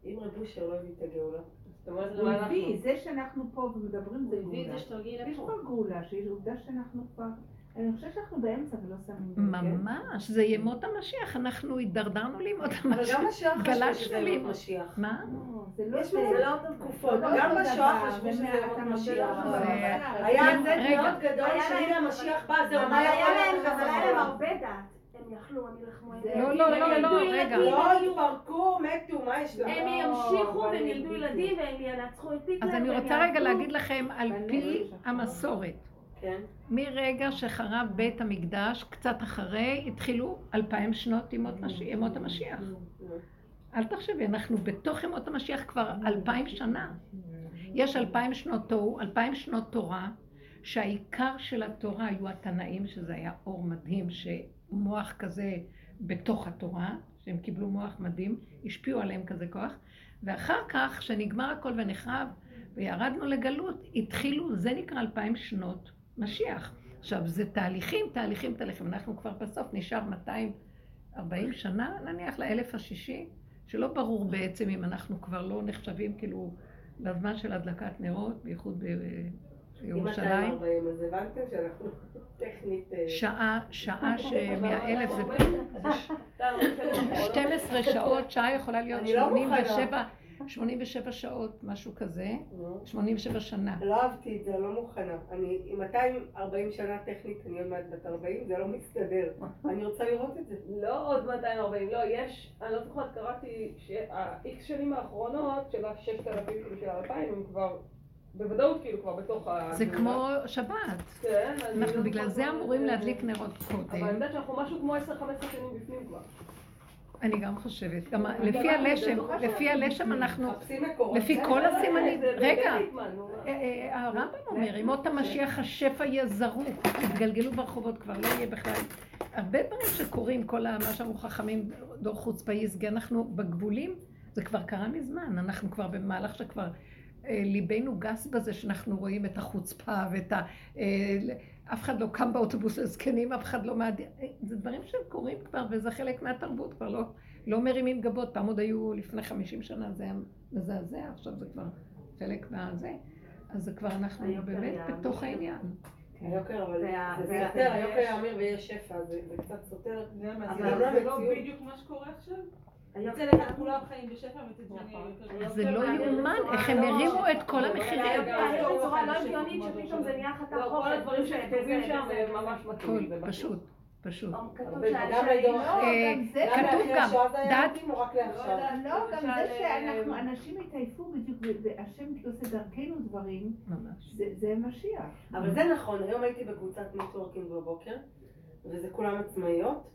אם רב אושר לא הביא את הגאולה. זאת אומרת, הוא לא אנחנו. הביא, זה שאנחנו פה ומדברים זה הוא הביא את גאולה. זה שתרגיל יש לפה. כבר גאולה, שיש עובדה שאנחנו כבר... אני חושבת שאנחנו באמצע ולא שמים לב. ממש, זה ימות המשיח, אנחנו הידרדרנו לימות אבל המשיח. גם השואה חשבו גלשנו שזה לי. ימות משיח. מה? לא, זה לא יש זה. מזה לא אותן תקופות. לא גם אותו בשואה דבר, חשבו שזה ומאה- ימות אתה משיח. מדבר על זה- היה זה- זה רגע. מאוד גדול היה שהנה להם- המשיח בא, זהו, אבל מה היה יכול להם, להיות אבל היה להם כזה? הרבה דעת. הם יכלו, הם ילחמו את זה. לא, לא, לא, לא, רגע. לא, התפרקו, מתו, מה יש להם? הם ימשיכו והם ילדו ילדים והם ינצחו את היטלר. אז אני והם רוצה רגע יעבדו. להגיד לכם על פי המסורת. כן. מרגע שחרב בית המקדש, קצת אחרי, התחילו אלפיים שנות ימות משיח- ימות המשיח. אל תחשבי, אנחנו בתוך ימות המשיח כבר אלפיים שנה. יש אלפיים שנות תוהו, אלפיים שנות תורה, שהעיקר של התורה היו התנאים, שזה היה אור מדהים, שמוח כזה בתוך התורה, שהם קיבלו מוח מדהים, השפיעו עליהם כזה כוח, ואחר כך, שנגמר הכל ונחרב, וירדנו לגלות, התחילו, זה נקרא אלפיים שנות משיח. עכשיו, זה תהליכים, תהליכים, תהליכים. אנחנו כבר בסוף נשאר מאתיים וארבעים שנה, נניח לאלף השישי, שלא ברור בעצם אם אנחנו כבר לא נחשבים כאילו לזמן של הדלקת נרות, בייחוד בירושלים. אם מאתיים וארבעים, אז הבנתם שאנחנו טכנית... שעה, שעה שמהאלף זה שתים עשרה שעות, שעה יכולה להיות אני לא שמונים מוכנה. ושבע, שמונים ושבע שעות, משהו כזה, שמונים ושבע שנה. לא אהבתי את זה, לא מוכנה. אני עם מאתיים וארבעים שנה טכנית, אני עוד מעט בת ארבעים, זה לא מסתדר. אני רוצה לראות את זה. לא עוד מאתיים וארבעים, לא, יש, אני לא זוכרת, קראתי שה-X שנים האחרונות של ה-ששת אלפים, כאילו של ה-אלפיים, הם כבר, בוודאות כאילו כבר בתוך ה... זה כמו שבת. כן, אני אנחנו לא בגלל זוכרת זה מה- אמורים להדליק נרות אבל אני קודם. יודעת שאנחנו משהו כמו עשר חמש עשרה שנים בפנים כבר. אני גם חושבת. גם לפי הלשם, לפי הלשם אנחנו, לפי כל הסימנים. זה- זה רגע, ליטמן, נו, מה? אה, אה, הרמב"ם אומר, ימות המשיח השפע יזרוק, יתגלגלו ברחובות, כבר לא יהיה בכלל. הרבה דברים שקורים, כל ה- מה שאמרו חכמים, דור חוצפה יסגה, אנחנו בגבולים, זה כבר קרה מזמן, אנחנו כבר במהלך שכבר אה, ליבנו גס בזה שאנחנו רואים את החוצפה ואת ה... אה, אף אחד לא קם באוטובוס לזקנים, אף אחד לא מעדיף, זה דברים שקורים כבר וזה חלק מהתרבות, כבר לא, לא מרימים גבות, פעם עוד היו לפני חמישים שנה, זה היה מזעזע, עכשיו זה כבר חלק מהזה, אז זה כבר אנחנו באמת בתוך העניין. היוקר, אבל וה- זה וה- סותר, היוקר יאמיר ויש שפע, זה זה קצת סותר. אבל זה לא בדיוק מה שקורה עכשיו? אצל אחד כולם חיים בשפע ומצד שני... זה לא יאומן, איך הם הרימו את כל המחירים. בצורה לא הגיונית שפתאום זה נהיה חתך לא, אוכל. כל הדברים שכתובים שם וזה- הם ממש הכל, מתאים. זה פשוט, פשוט. כתוב גם שהאישה- לדור לא, אה, גם זה... גם כתוב לאחרי גם, השואה זה היה דת- מתאים או רק לעכשיו? לא, גם זה למשל, שאנחנו, אה, אנשים התעייפו בדיוק, והשם עושה דרכנו דברים, ממש. זה- זה משיח. אבל זה נכון, היום הייתי בקבוצת נטוורקינג בבוקר, וזה כולם עצמאיות,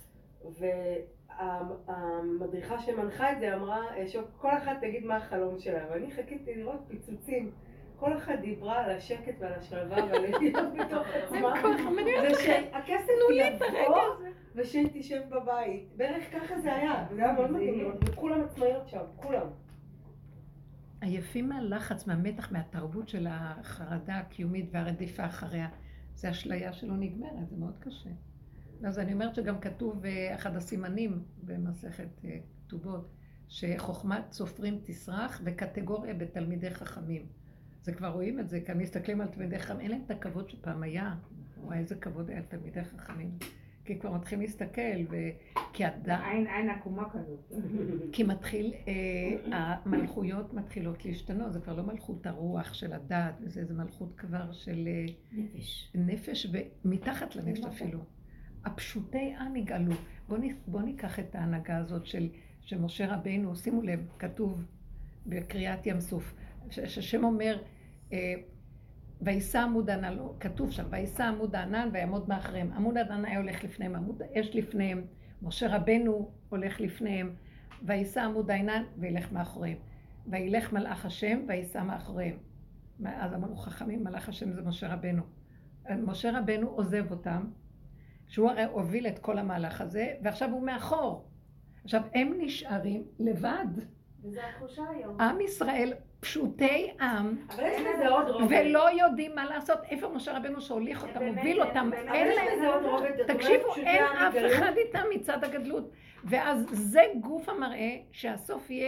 והמדריכה שמנחה את זה אמרה, שכל אחת תגיד מה החלום שלה, ואני חיכיתי לראות פיצוצים. כל אחת דיברה על השקט ועל השלווה ועל להיות בתוך עצמה, ושהכסף יבוא ושהיא תשב בבית. בערך ככה זה היה, וזה היה מאוד מדהים, וכולם עצמאיות שם, כולם. עייפים מהלחץ, מהמתח, מהתרבות של החרדה הקיומית והרדיפה אחריה. זה אשליה שלא נגמרת, זה מאוד קשה. אז אני אומרת שגם כתוב באחד הסימנים במסכת כתובות, שחוכמת סופרים תסרח וקטגוריה בתלמידי חכמים. זה כבר רואים את זה, כי מסתכלים על תלמידי חכמים, אין להם את הכבוד שפעם היה. וואי, איזה כבוד היה תלמידי חכמים. כי כבר מתחילים להסתכל, כי הדעת... אין, אין עקומה כזאת. כי מתחיל, אה, המלכויות מתחילות להשתנות, זה כבר לא מלכות הרוח של הדעת, וזה איזה מלכות כבר של אה, נפש. נפש ומתחת לנפש אפילו. הפשוטי עם יגאלו. בוא, נ, בוא ניקח את ההנהגה הזאת של, של משה רבינו, שימו לב, כתוב בקריאת ים סוף, שהשם אומר, אה, וישא עמוד הענן, כתוב שם, וישא עמוד הענן ויעמוד מאחריהם. עמוד הענן היה הולך לפניהם, עמוד האש לפניהם, משה רבנו הולך לפניהם, וישא עמוד הענן וילך מאחוריהם. וילך מלאך השם וישא מאחוריהם. אז אמרו חכמים, מלאך השם זה משה רבנו. משה רבנו עוזב אותם, שהוא הרי הוביל את כל המהלך הזה, ועכשיו הוא מאחור. עכשיו הם נשארים לבד. וזה התחושה היום. עם ישראל פשוטי עם, אבל יש לזה עוד רובד. ולא יודעים מה לעשות, איפה משה רבנו שהוליך אותם, באמת, מוביל אותם, באמת, אין יש להם, לזה עוד רובד. זאת אומרת, תקשיבו, פשוטי אין עם אף יגאלו. אחד איתם מצד הגדלות, ואז זה גוף המראה שהסוף יהיה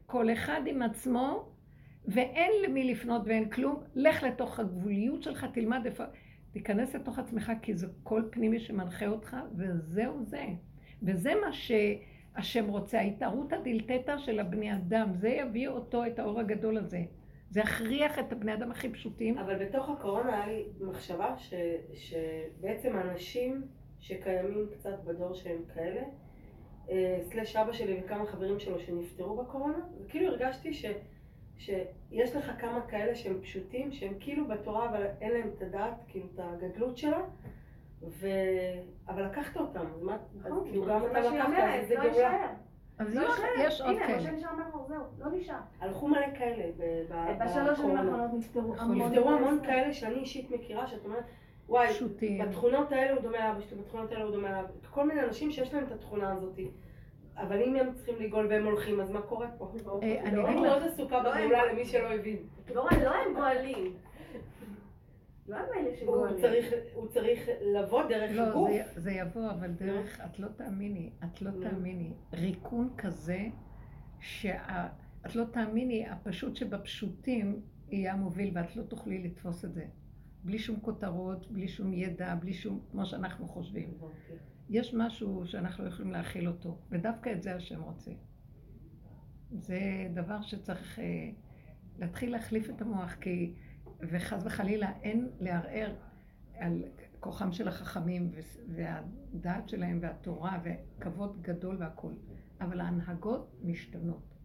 כל אחד עם עצמו, ואין למי לפנות ואין כלום, לך לתוך הגבוליות שלך, תלמד איפה, תיכנס לתוך עצמך, כי זה כל פנימי שמנחה אותך, וזהו זה. וזה מה שהשם רוצה, ההתערות הדלתתא של הבני אדם, זה יביא אותו, את האור הגדול הזה. זה יכריח את הבני אדם הכי פשוטים. אבל בתוך הקורונה היה לי מחשבה ש, שבעצם האנשים שקיימים קצת בדור שהם כאלה, סלש אבא שלי וכמה חברים שלו שנפטרו בקורונה, וכאילו הרגשתי ש, שיש לך כמה כאלה שהם פשוטים, שהם כאילו בתורה אבל אין להם את הדעת, כאילו את הגדלות שלה, ו... אבל לקחת אותם, אז מה, אז כאילו גם אתה לקחת, אז זה גאולה. אז יש עוד כאלה. הנה, משה נשאר מאחור, זהו, לא נשאר. הלכו מלא כאלה בקורונה. בשלוש שנים האחרונות נפטרו המון. נפטרו המון כאלה שאני אישית מכירה, שאת אומרת, וואי, פשוטים. בתכונות האלה הוא דומה לאבא שלי, בתכונות האלה הוא דומה לאבא. כל מיני אנשים שיש להם את התכונה הזאת. אבל אם הם צריכים לגאול והם הולכים, אז מה קורה פה? אני מאוד עסוקה בגאולה למי שלא הבין. לא הם גואלים. לא הם אלה שגואלים. הוא צריך לבוא דרך הגוף. לא, זה יבוא, אבל דרך, את לא תאמיני, את לא תאמיני. ריקון כזה, שאת לא תאמיני, הפשוט שבפשוטים יהיה המוביל, ואת לא תוכלי לתפוס את זה. בלי שום כותרות, בלי שום ידע, בלי שום, כמו שאנחנו חושבים. יש משהו שאנחנו לא יכולים להכיל אותו, ודווקא את זה השם רוצה. זה דבר שצריך אה, להתחיל להחליף את המוח, כי, וחס וחלילה אין לערער על כוחם של החכמים והדעת שלהם והתורה וכבוד גדול והכל. אבל ההנהגות משתנות.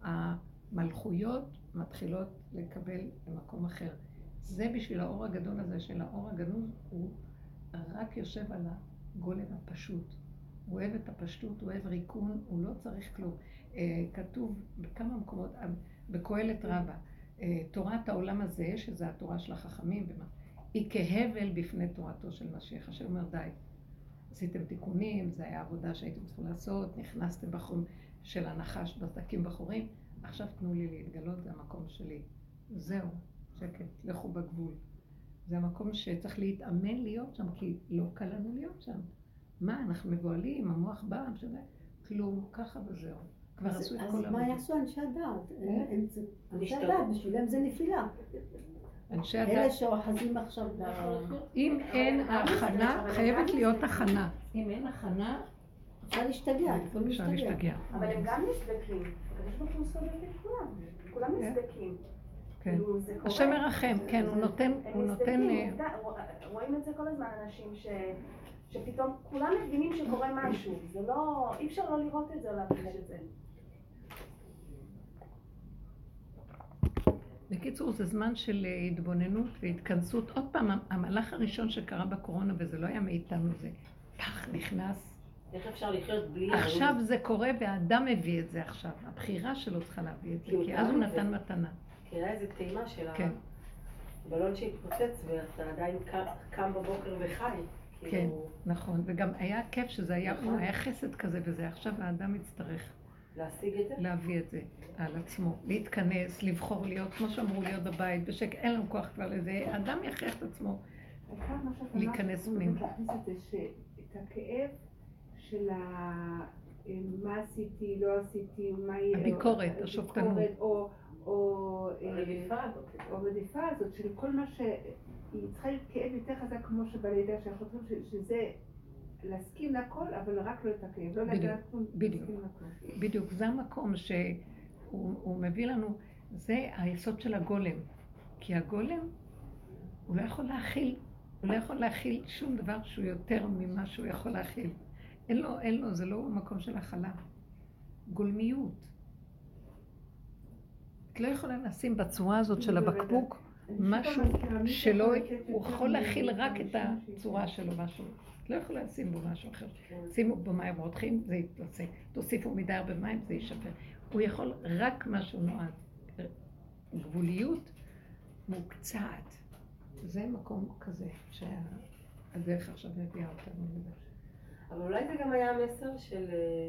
המלכויות מתחילות לקבל במקום אחר. זה בשביל האור הגדול הזה של האור הגנוז, הוא רק יושב על הגולם הפשוט. הוא אוהב את הפשטות, הוא אוהב ריקון, הוא לא צריך כלום. כתוב בכמה מקומות, בקהלת רבה, תורת העולם הזה, שזה התורה של החכמים, היא כהבל בפני תורתו של משיח. השם אומר, די, עשיתם תיקונים, זה היה עבודה שהייתם צריכים לעשות, נכנסתם בחום של הנחש בסדקים בחורים, עכשיו תנו לי להתגלות, זה המקום שלי. זהו, שקט, לכו בגבול. זה המקום שצריך להתאמן להיות שם, כי לא קל לנו להיות שם. מה, אנחנו מבועלים, המוח בא, שזה, כלום, ככה וזהו. כבר עשו את כל אז מה יעשו אנשי הדעת? אנשי הדעת, בשבילם זה נפילה. אנשי הדעת. אלה שאוחזים עכשיו ב... אם אין הכנה, חייבת להיות הכנה. אם אין הכנה, אפשר להשתגע, אפשר להשתגע. אבל הם גם נסדקים. הקדוש ברוך הוא סובל את כולם. כולם נסדקים. כן. השם מרחם, כן, הוא נותן, הוא נותן... רואים את זה כל הזמן, אנשים ש... שפתאום כולם מבינים שקורה משהו. זה לא... אי אפשר לא לראות את זה או להבחש את זה. בקיצור, זה זמן של התבוננות והתכנסות. עוד פעם, המהלך הראשון שקרה בקורונה, וזה לא היה מאיתנו, זה פח, נכנס. איך אפשר לחיות בלי... עכשיו זה קורה והאדם מביא את זה עכשיו. הבחירה שלו צריכה להביא את זה, כי אז הוא נתן מתנה. כי היה איזו טעימה של הבלון שהתפוצץ, ואתה עדיין קם בבוקר וחי. כן, נכון. וגם היה כיף שזה היה, היה חסד כזה, וזה עכשיו האדם יצטרך להשיג את זה? להביא את זה על עצמו, להתכנס, לבחור להיות, כמו שאמרו להיות בבית, ושק אין לנו כוח כבר לזה, אדם יכריח את עצמו להיכנס פנימה. את הכאב של מה עשיתי, לא עשיתי, מה יהיה... הביקורת, השופטנות. או רדיפה הזאת של כל מה שהיא צריכה להיות כאב יותר חזק כמו שבלידה, שאנחנו חושבים שזה להסכים לכל, אבל רק לא את הכאב, לא לדעת להסכים לכל. בדיוק, זה המקום שהוא מביא לנו, זה היסוד של הגולם. כי הגולם, הוא לא יכול להכיל, הוא לא יכול להכיל שום דבר שהוא יותר ממה שהוא יכול להכיל. אין לו, אין לו, זה לא מקום של הכלה. גולמיות. את לא יכולה לשים בצורה הזאת של הבקבוק משהו שלא, הוא יכול להכיל רק את הצורה שלו, משהו. את לא יכולה לשים בו משהו אחר. שימו בו מים רותחים, זה יתפצק. תוסיפו מדי הרבה מים, זה יישפר. הוא יכול רק משהו נועד. גבוליות מוקצעת. זה מקום כזה שהדרך עכשיו הביאה אותנו לדבר. אבל אולי זה גם היה המסר של...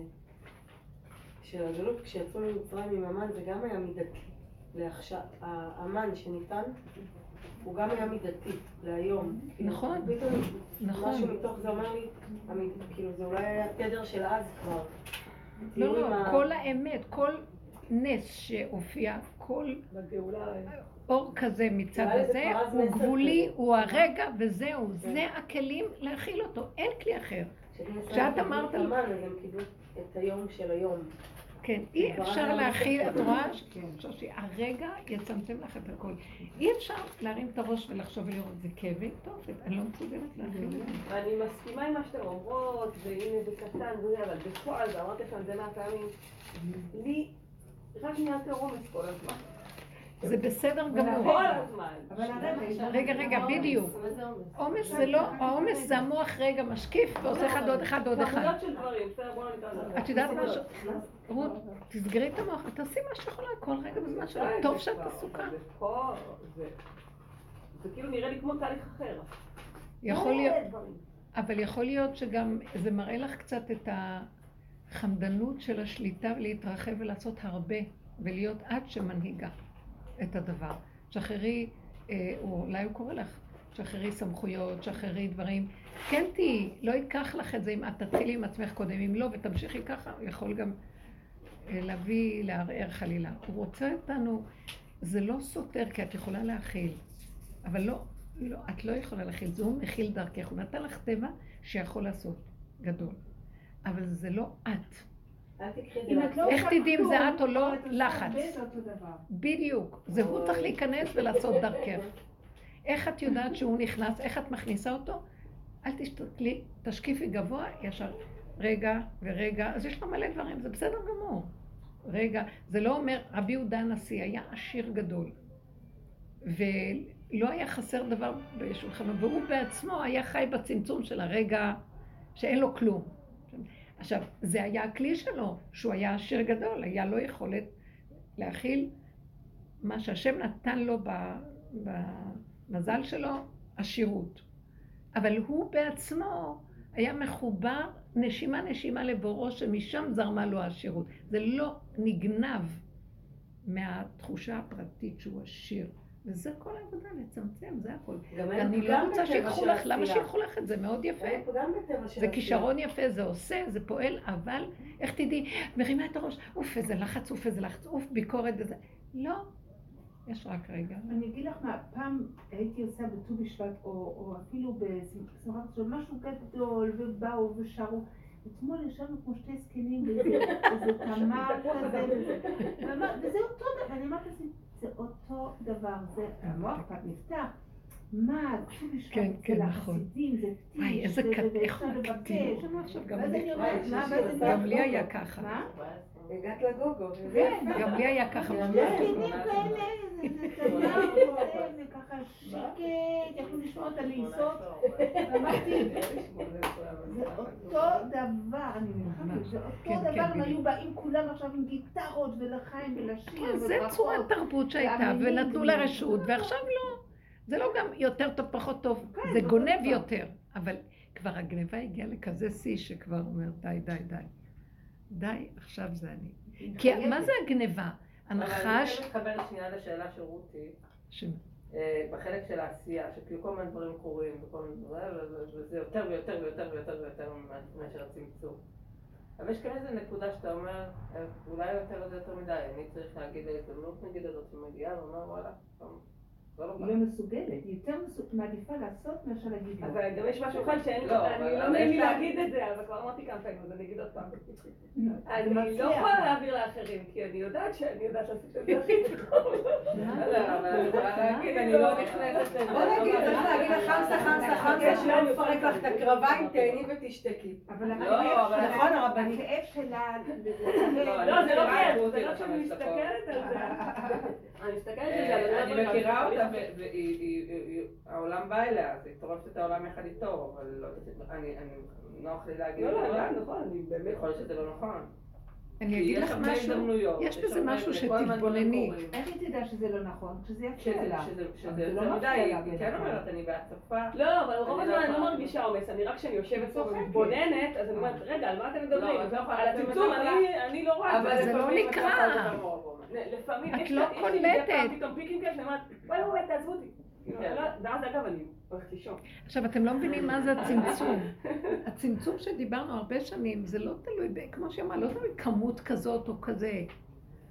של הגלות, כשיצאו למצרים עם המן, זה גם היה מידתי. לעכשיו, המן שניתן, הוא גם היה מידתי, להיום. נכון, נכון. משהו מתוך זה אומר לי, כאילו זה אולי היה תדר של אז כבר. לא, לא, כל האמת, כל נס שהופיע, כל בגאולה. אור כזה מצד אולי זה הזה, פרז הוא מסר גבולי, כזה. הוא הרגע וזהו, זה הכלים להכיל אותו, אין כלי אחר. כשאת אמרת, אז הם קיבלו את היום של היום. כן, אי אפשר להכיל, את רואה? הרגע יצמצם לך את הכל. אי אפשר להרים את הראש ולחשוב ולראות, זה כאבי תופת, אני לא מסוגלת להכיל את זה. אני מסכימה עם מה שאתם אומרות, והנה זה קטן, אבל בפועל, ואמרתי לכם את זה מהפעמים, לי רק נהיה יותר עומס כל הזמן. זה בסדר גמור. כל הזמן. אבל הרגע... רגע, רגע, בדיוק. עומס זה לא, העומס זה המוח רגע משקיף ועושה אחד עוד אחד עוד אחד. כמויות של דברים, בסדר, בואו נקרא לזה. את יודעת משהו? רות, תסגרי את המוח ותעשי מה שיכולה כל רגע בזמן שלו. טוב שאת עסוקה. זה כאילו נראה לי כמו תהליך אחר. יכול להיות, אבל יכול להיות שגם זה מראה לך קצת את החמדנות של השליטה ולהתרחב ולעשות הרבה ולהיות את שמנהיגה את הדבר. שחררי, אה, או אולי הוא קורא לך, שחררי סמכויות, שחררי דברים. כן תהי, לא ייקח לך את זה אם את תתחילי עם עצמך קודם, אם לא ותמשיכי ככה, הוא יכול גם אה, להביא, לערער חלילה. הוא רוצה אותנו, זה לא סותר כי את יכולה להכיל, אבל לא, לא, את לא יכולה להכיל, זה הוא מכיל דרכך, הוא נתן לך טבע שיכול לעשות גדול, אבל זה לא את. איך תדעי אם זה את או לא? לחץ. בדיוק. זה הוא צריך להיכנס ולעשות דרכך. איך את יודעת שהוא נכנס? איך את מכניסה אותו? אל תשתכלי, תשקיפי גבוה, ישר רגע ורגע. אז יש לו מלא דברים, זה בסדר גמור. רגע, זה לא אומר, רבי יהודה הנשיא היה עשיר גדול. ולא היה חסר דבר בשולחנו, והוא בעצמו היה חי בצמצום של הרגע שאין לו כלום. עכשיו, זה היה הכלי שלו, שהוא היה עשיר גדול, היה לו יכולת להכיל מה שהשם נתן לו במזל שלו, עשירות. אבל הוא בעצמו היה מחובר נשימה נשימה לבורו שמשם זרמה לו העשירות. זה לא נגנב מהתחושה הפרטית שהוא עשיר. וזה כל העבודה, לצמצם, זה הכל. אני לא רוצה שיקחו לך, למה שיקחו לך את זה? מאוד יפה. זה כישרון יפה, זה עושה, זה פועל, אבל איך תדעי, מרימה את הראש, אוף, איזה לחץ, אוף, איזה לחץ, אוף, ביקורת וזה. לא, יש רק רגע. אני אגיד לך מה, פעם הייתי עושה בט"ו בשבט, או אפילו בסמרת של משהו גדול, ובאו ושרו. אתמול ישבנו כמו שתי זקנים, וזה תמר כזה, וזה אותו דבר, אני אמרתי לעצמי, זה אותו דבר, זה המוח פת נפתח. מה, ט"ו בשבט, זה לחסידים, זה טיש, וואי, איזה איך מקטים. גם לי היה ככה. מה? הגעת לגוגו. גם לי היה ככה. זקנים כאלה, זה תמר, זה ככה שקט, יכלו לשמוע את הלעיסות. ואמרתי, זה אותו דבר, אני מנחמת, זה אותו דבר, הם היו באים כולם עכשיו עם גיטרות ולחיים ולשיר. זה צורת תרבות שהייתה, ונתנו לה רשות, ועכשיו לא. זה לא גם יותר טוב, פחות טוב, זה גונב יותר. אבל כבר הגניבה הגיעה לכזה שיא שכבר אומר, די, די, די. די, עכשיו זה אני. כי מה זה הגניבה? הנחש... אני חייבת לקבל שנייה לשאלה של רותי. בחלק של העשייה, שכאילו כל מיני דברים קורים, וזה יותר ויותר ויותר ויותר ויותר מאשר הצמצום. אבל יש כאן איזה נקודה שאתה אומר, אולי יותר זה יותר מדי, אני צריך להגיד ההזדמנות נגיד הזאת שמגיעה, ואומר וואלה, היא לא מסוגלת, היא יותר מעדיפה לעשות מאשר להגיד לא. אבל גם יש משהו אחד שאני לא נעים לי להגיד את זה, אבל כבר אמרתי כמה פעמים, אז אני אגיד עוד פעם. אני לא יכולה להעביר לאחרים, כי אני יודעת שאני יודעת לעשות את זה הכי טוב. אבל אני יכולה להגיד, אני לא נכנסת לזה. בוא נגיד, צריך להגיד לך חמסה, חמסה, חמסה, שלא מפרק לך את הקרביים, תהני ותשתקי. אבל הכאב שלה... לא, זה לא כאב, זה לא שאני מסתכלת על זה. אני מסתכלת על זה, אני מכירה אותה, והעולם בא אליה, אז היא טורפת את העולם יחד איתו, אבל אני נוח לי להגיד, לא, לא, נכון, אני באמת חושבת שזה לא נכון. אני אגיד לך משהו, יש בזה משהו שתתבונני. איך היא תדע שזה לא נכון? כשזה יפה לה. שזה יותר מדי, היא כן אומרת, אני בהצפה. לא, אבל רוב הזמן אני לא מרגישה עומס, אני רק כשאני יושבת פה ומתבוננת, אז אני אומרת, רגע, על מה אתם מדברים? על הצמצום, אני לא רואה. אבל זה לא נקרא. לפעמים את לא קולטת. פתאום פיקים כאלה, אני אומרת, וואי וואי, תעזבו אותי. ואז אגב, אני הולכת לישון. עכשיו, אתם לא מבינים מה זה הצמצום. הצמצום שדיברנו הרבה שנים, זה לא תלוי, כמו שאמרה, לא תלוי כמות כזאת או כזה.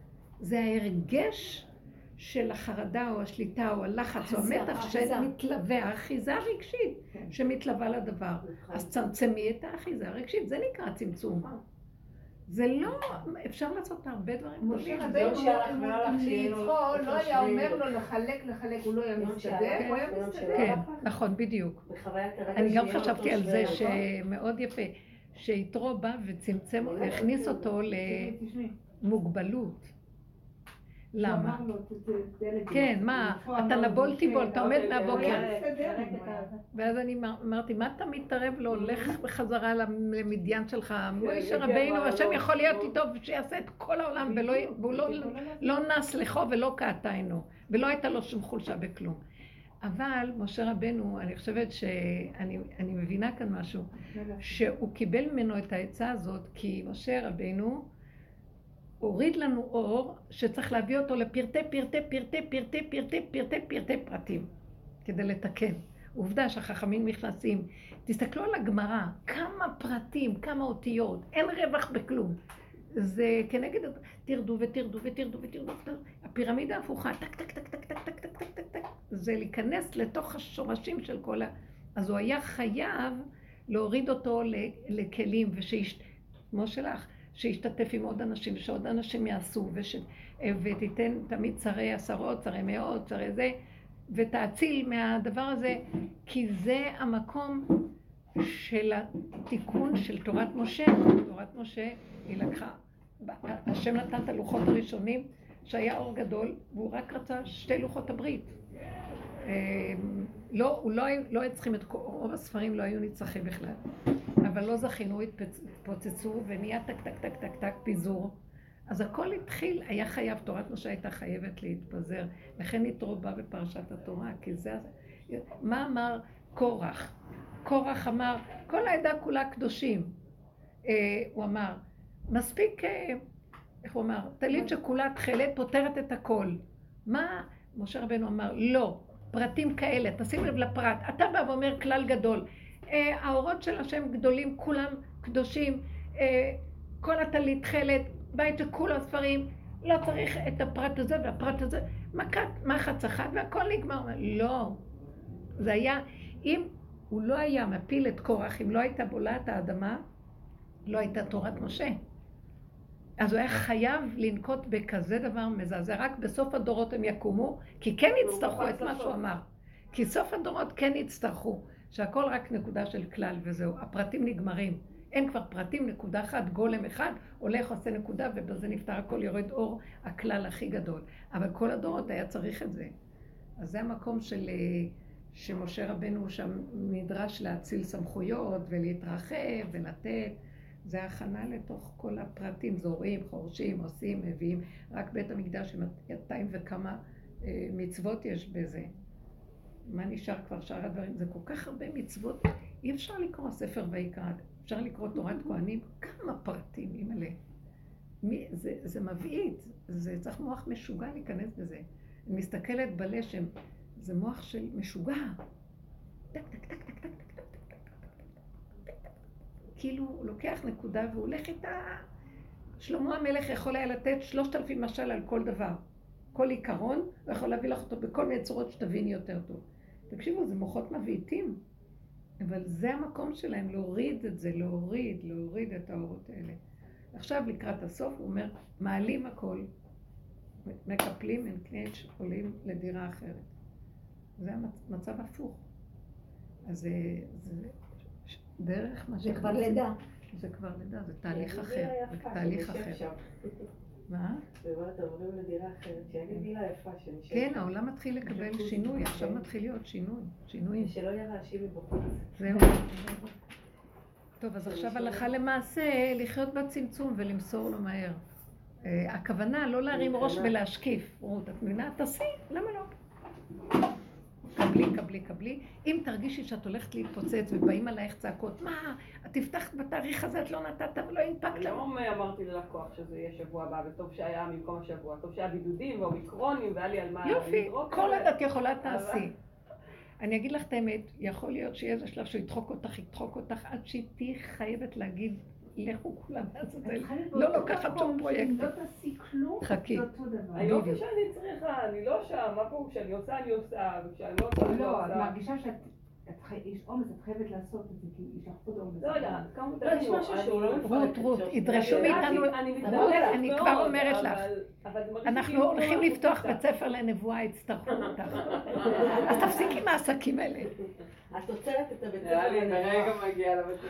זה ההרגש של החרדה או השליטה או הלחץ או המתח שמתלווה, האחיזה הרגשית שמתלווה לדבר. אז צמצמי את האחיזה הרגשית, זה נקרא צמצום. זה לא, אפשר לעשות הרבה דברים. משה רבינו ליצחו לא היה אומר לו לחלק לחלק, הוא לא היה מסתדר, הוא היה מסתדר. כן, נכון, בדיוק. אני גם חשבתי על זה שמאוד יפה, שיתרו בא וצמצם, הכניס אותו למוגבלות. למה? כן, מה, אתה נבול טיבול, אתה עומד מהבוקר. ואז אני אמרתי, מה אתה מתערב לו, לך בחזרה למדיין שלך, מוישה רבינו, השם יכול להיות איתו שיעשה את כל העולם, והוא לא נס לכו ולא קעתיינו, ולא הייתה לו שום חולשה בכלום. אבל משה רבינו, אני חושבת שאני מבינה כאן משהו, שהוא קיבל ממנו את העצה הזאת, כי משה רבינו, הוריד לנו אור שצריך להביא אותו לפרטי פרטי פרטי פרטי פרטי פרטי פרטי פרטים כדי לתקן. עובדה שהחכמים נכנסים, תסתכלו על הגמרא, כמה פרטים, כמה אותיות, אין רווח בכלום. זה כנגד, תרדו ותרדו ותרדו ותרדו, הפירמידה הפוכה, טק טק טק טק טק טק טק טק טק טק, זה להיכנס לתוך השורשים של כל ה... אז הוא היה חייב להוריד אותו לכלים ושישת... כמו שלך, שישתתף עם עוד אנשים, ושעוד אנשים יעשו, וש... ותיתן תמיד צרי עשרות, צרי מאות, צרי זה, ותעציל מהדבר הזה, כי זה המקום של התיקון של תורת משה. תורת משה היא לקחה, השם נתן את הלוחות הראשונים, שהיה אור גדול, והוא רק רצה שתי לוחות הברית. לא, הוא לא, לא היה צריכים את רוב הספרים, לא היו נצחים בכלל. אבל לא זכינו, התפוצצו ונהיה טק טק טק טק טק פיזור. אז הכל התחיל, היה חייב, תורת משה הייתה חייבת להתפזר. לכן יתרו בא בפרשת התורה, כי זה... מה אמר קורח? קורח אמר, כל העדה כולה קדושים. אה, הוא אמר, מספיק, אה, איך הוא אמר, טלית שכולה תחילת פותרת את הכל. מה? משה רבנו אמר, לא, פרטים כאלה, תשים לב לפרט. אתה בא ואומר כלל גדול. אה, האורות של השם גדולים, כולם קדושים, אה, כל הטלית תחילת, בית שכולו הספרים, לא צריך את הפרט הזה והפרט הזה, מכת, מחץ אחד והכל נגמר. לא, זה היה, אם הוא לא היה מפיל את קורח, אם לא הייתה בולעת האדמה, לא הייתה תורת משה. אז הוא היה חייב לנקוט בכזה דבר מזעזע, רק בסוף הדורות הם יקומו, כי כן יצטרכו את מה שהוא אמר. כי סוף הדורות כן יצטרכו, שהכל רק נקודה של כלל וזהו, הפרטים נגמרים. אין כבר פרטים, נקודה אחת, גולם אחד, הולך עושה נקודה ובזה נפתר הכל, יורד אור, הכלל הכי גדול. אבל כל הדורות היה צריך את זה. אז זה המקום של, שמשה רבנו שם נדרש להציל סמכויות ולהתרחב ולתת. זה הכנה לתוך כל הפרטים, זורים, חורשים, עושים, מביאים. רק בית המקדש עם יתיים וכמה אה, מצוות יש בזה. מה נשאר כבר שאר הדברים? זה כל כך הרבה מצוות. אי אפשר לקרוא ספר ויקרא. אפשר לקרוא תורת כהנים, כמה פרטים, אימא'לה. זה, זה מבעית, זה צריך מוח משוגע להיכנס בזה. אני מסתכלת בלשם, זה מוח של משוגע. טק, טק, טק, טק, טק, טק, טק, טק, טק. כאילו הוא לוקח נקודה והוא הולך איתה. שלמה המלך יכול היה לתת שלושת אלפים משל על כל דבר. כל עיקרון, הוא יכול להביא לך אותו בכל מיני צורות שתביני יותר טוב. תקשיבו, זה מוחות מבעיתים. אבל זה המקום שלהם, להוריד את זה, להוריד, להוריד את האורות האלה. עכשיו לקראת הסוף הוא אומר, מעלים הכל, מקפלים, אין קנית שעולים לדירה אחרת. זה המצב הפוך. אז זה, זה דרך מה זה כבר לידה. זה כבר לידה, זה תהליך אחר, זה תהליך אחר. מה? ואתה עוברים לדירה אחרת, שיגיד דירה יפה שנשאר. כן, העולם מתחיל לקבל שינוי, עכשיו מתחיל להיות שינוי, שינויים. שלא יהיה רעשים מבחוץ. זהו. טוב, אז עכשיו הלכה למעשה לחיות בצמצום ולמסור לו מהר. הכוונה לא להרים ראש ולהשקיף. רות, את מבינה? תעשי, למה לא? קבלי, קבלי, קבלי. אם תרגישי שאת הולכת להתפוצץ ובאים עלייך צעקות, מה? את תפתחת בתאריך הזה, את לא נתת ולא הנפקת. לא אמרתי ללקוח שזה יהיה שבוע הבא, וטוב שהיה במקום השבוע, טוב שהיה בידודים ואומיקרונים, והיה לי על מה לדרוק. יופי, כל עוד את יכולה תעשי. אני אגיד לך את האמת, יכול להיות שיהיה זה שלב שהוא ידחוק אותך, ידחוק אותך, עד שהיא תהיה חייבת להגיד לכו כולם לעשות, את צריכה להיות לא באותו לוקחת מקום שום פרויקט. שאם לא תעשי כלום, חכי. זה אותו דבר. היופי שאני צריכה, אני לא שם, מה פה, כשאני עושה אני עושה, וכשאני לא עושה אני לא לא, את עושה. מרגישה שאת יש עומס, את חייבת לעשות את זה, כי יש לך עוד עומס. לא יודעת, כמה לא, יש משהו שהוא לא מפרק. רות, רות, ידרשו מאיתנו, אני כבר אומרת לך, אנחנו הולכים לפתוח בית ספר לנבואה, יצטרכו אותך. אז תפסיקי עם העסקים האלה. את עוצרת את הבית נראה לי, ספר. ברגע מגיע לבית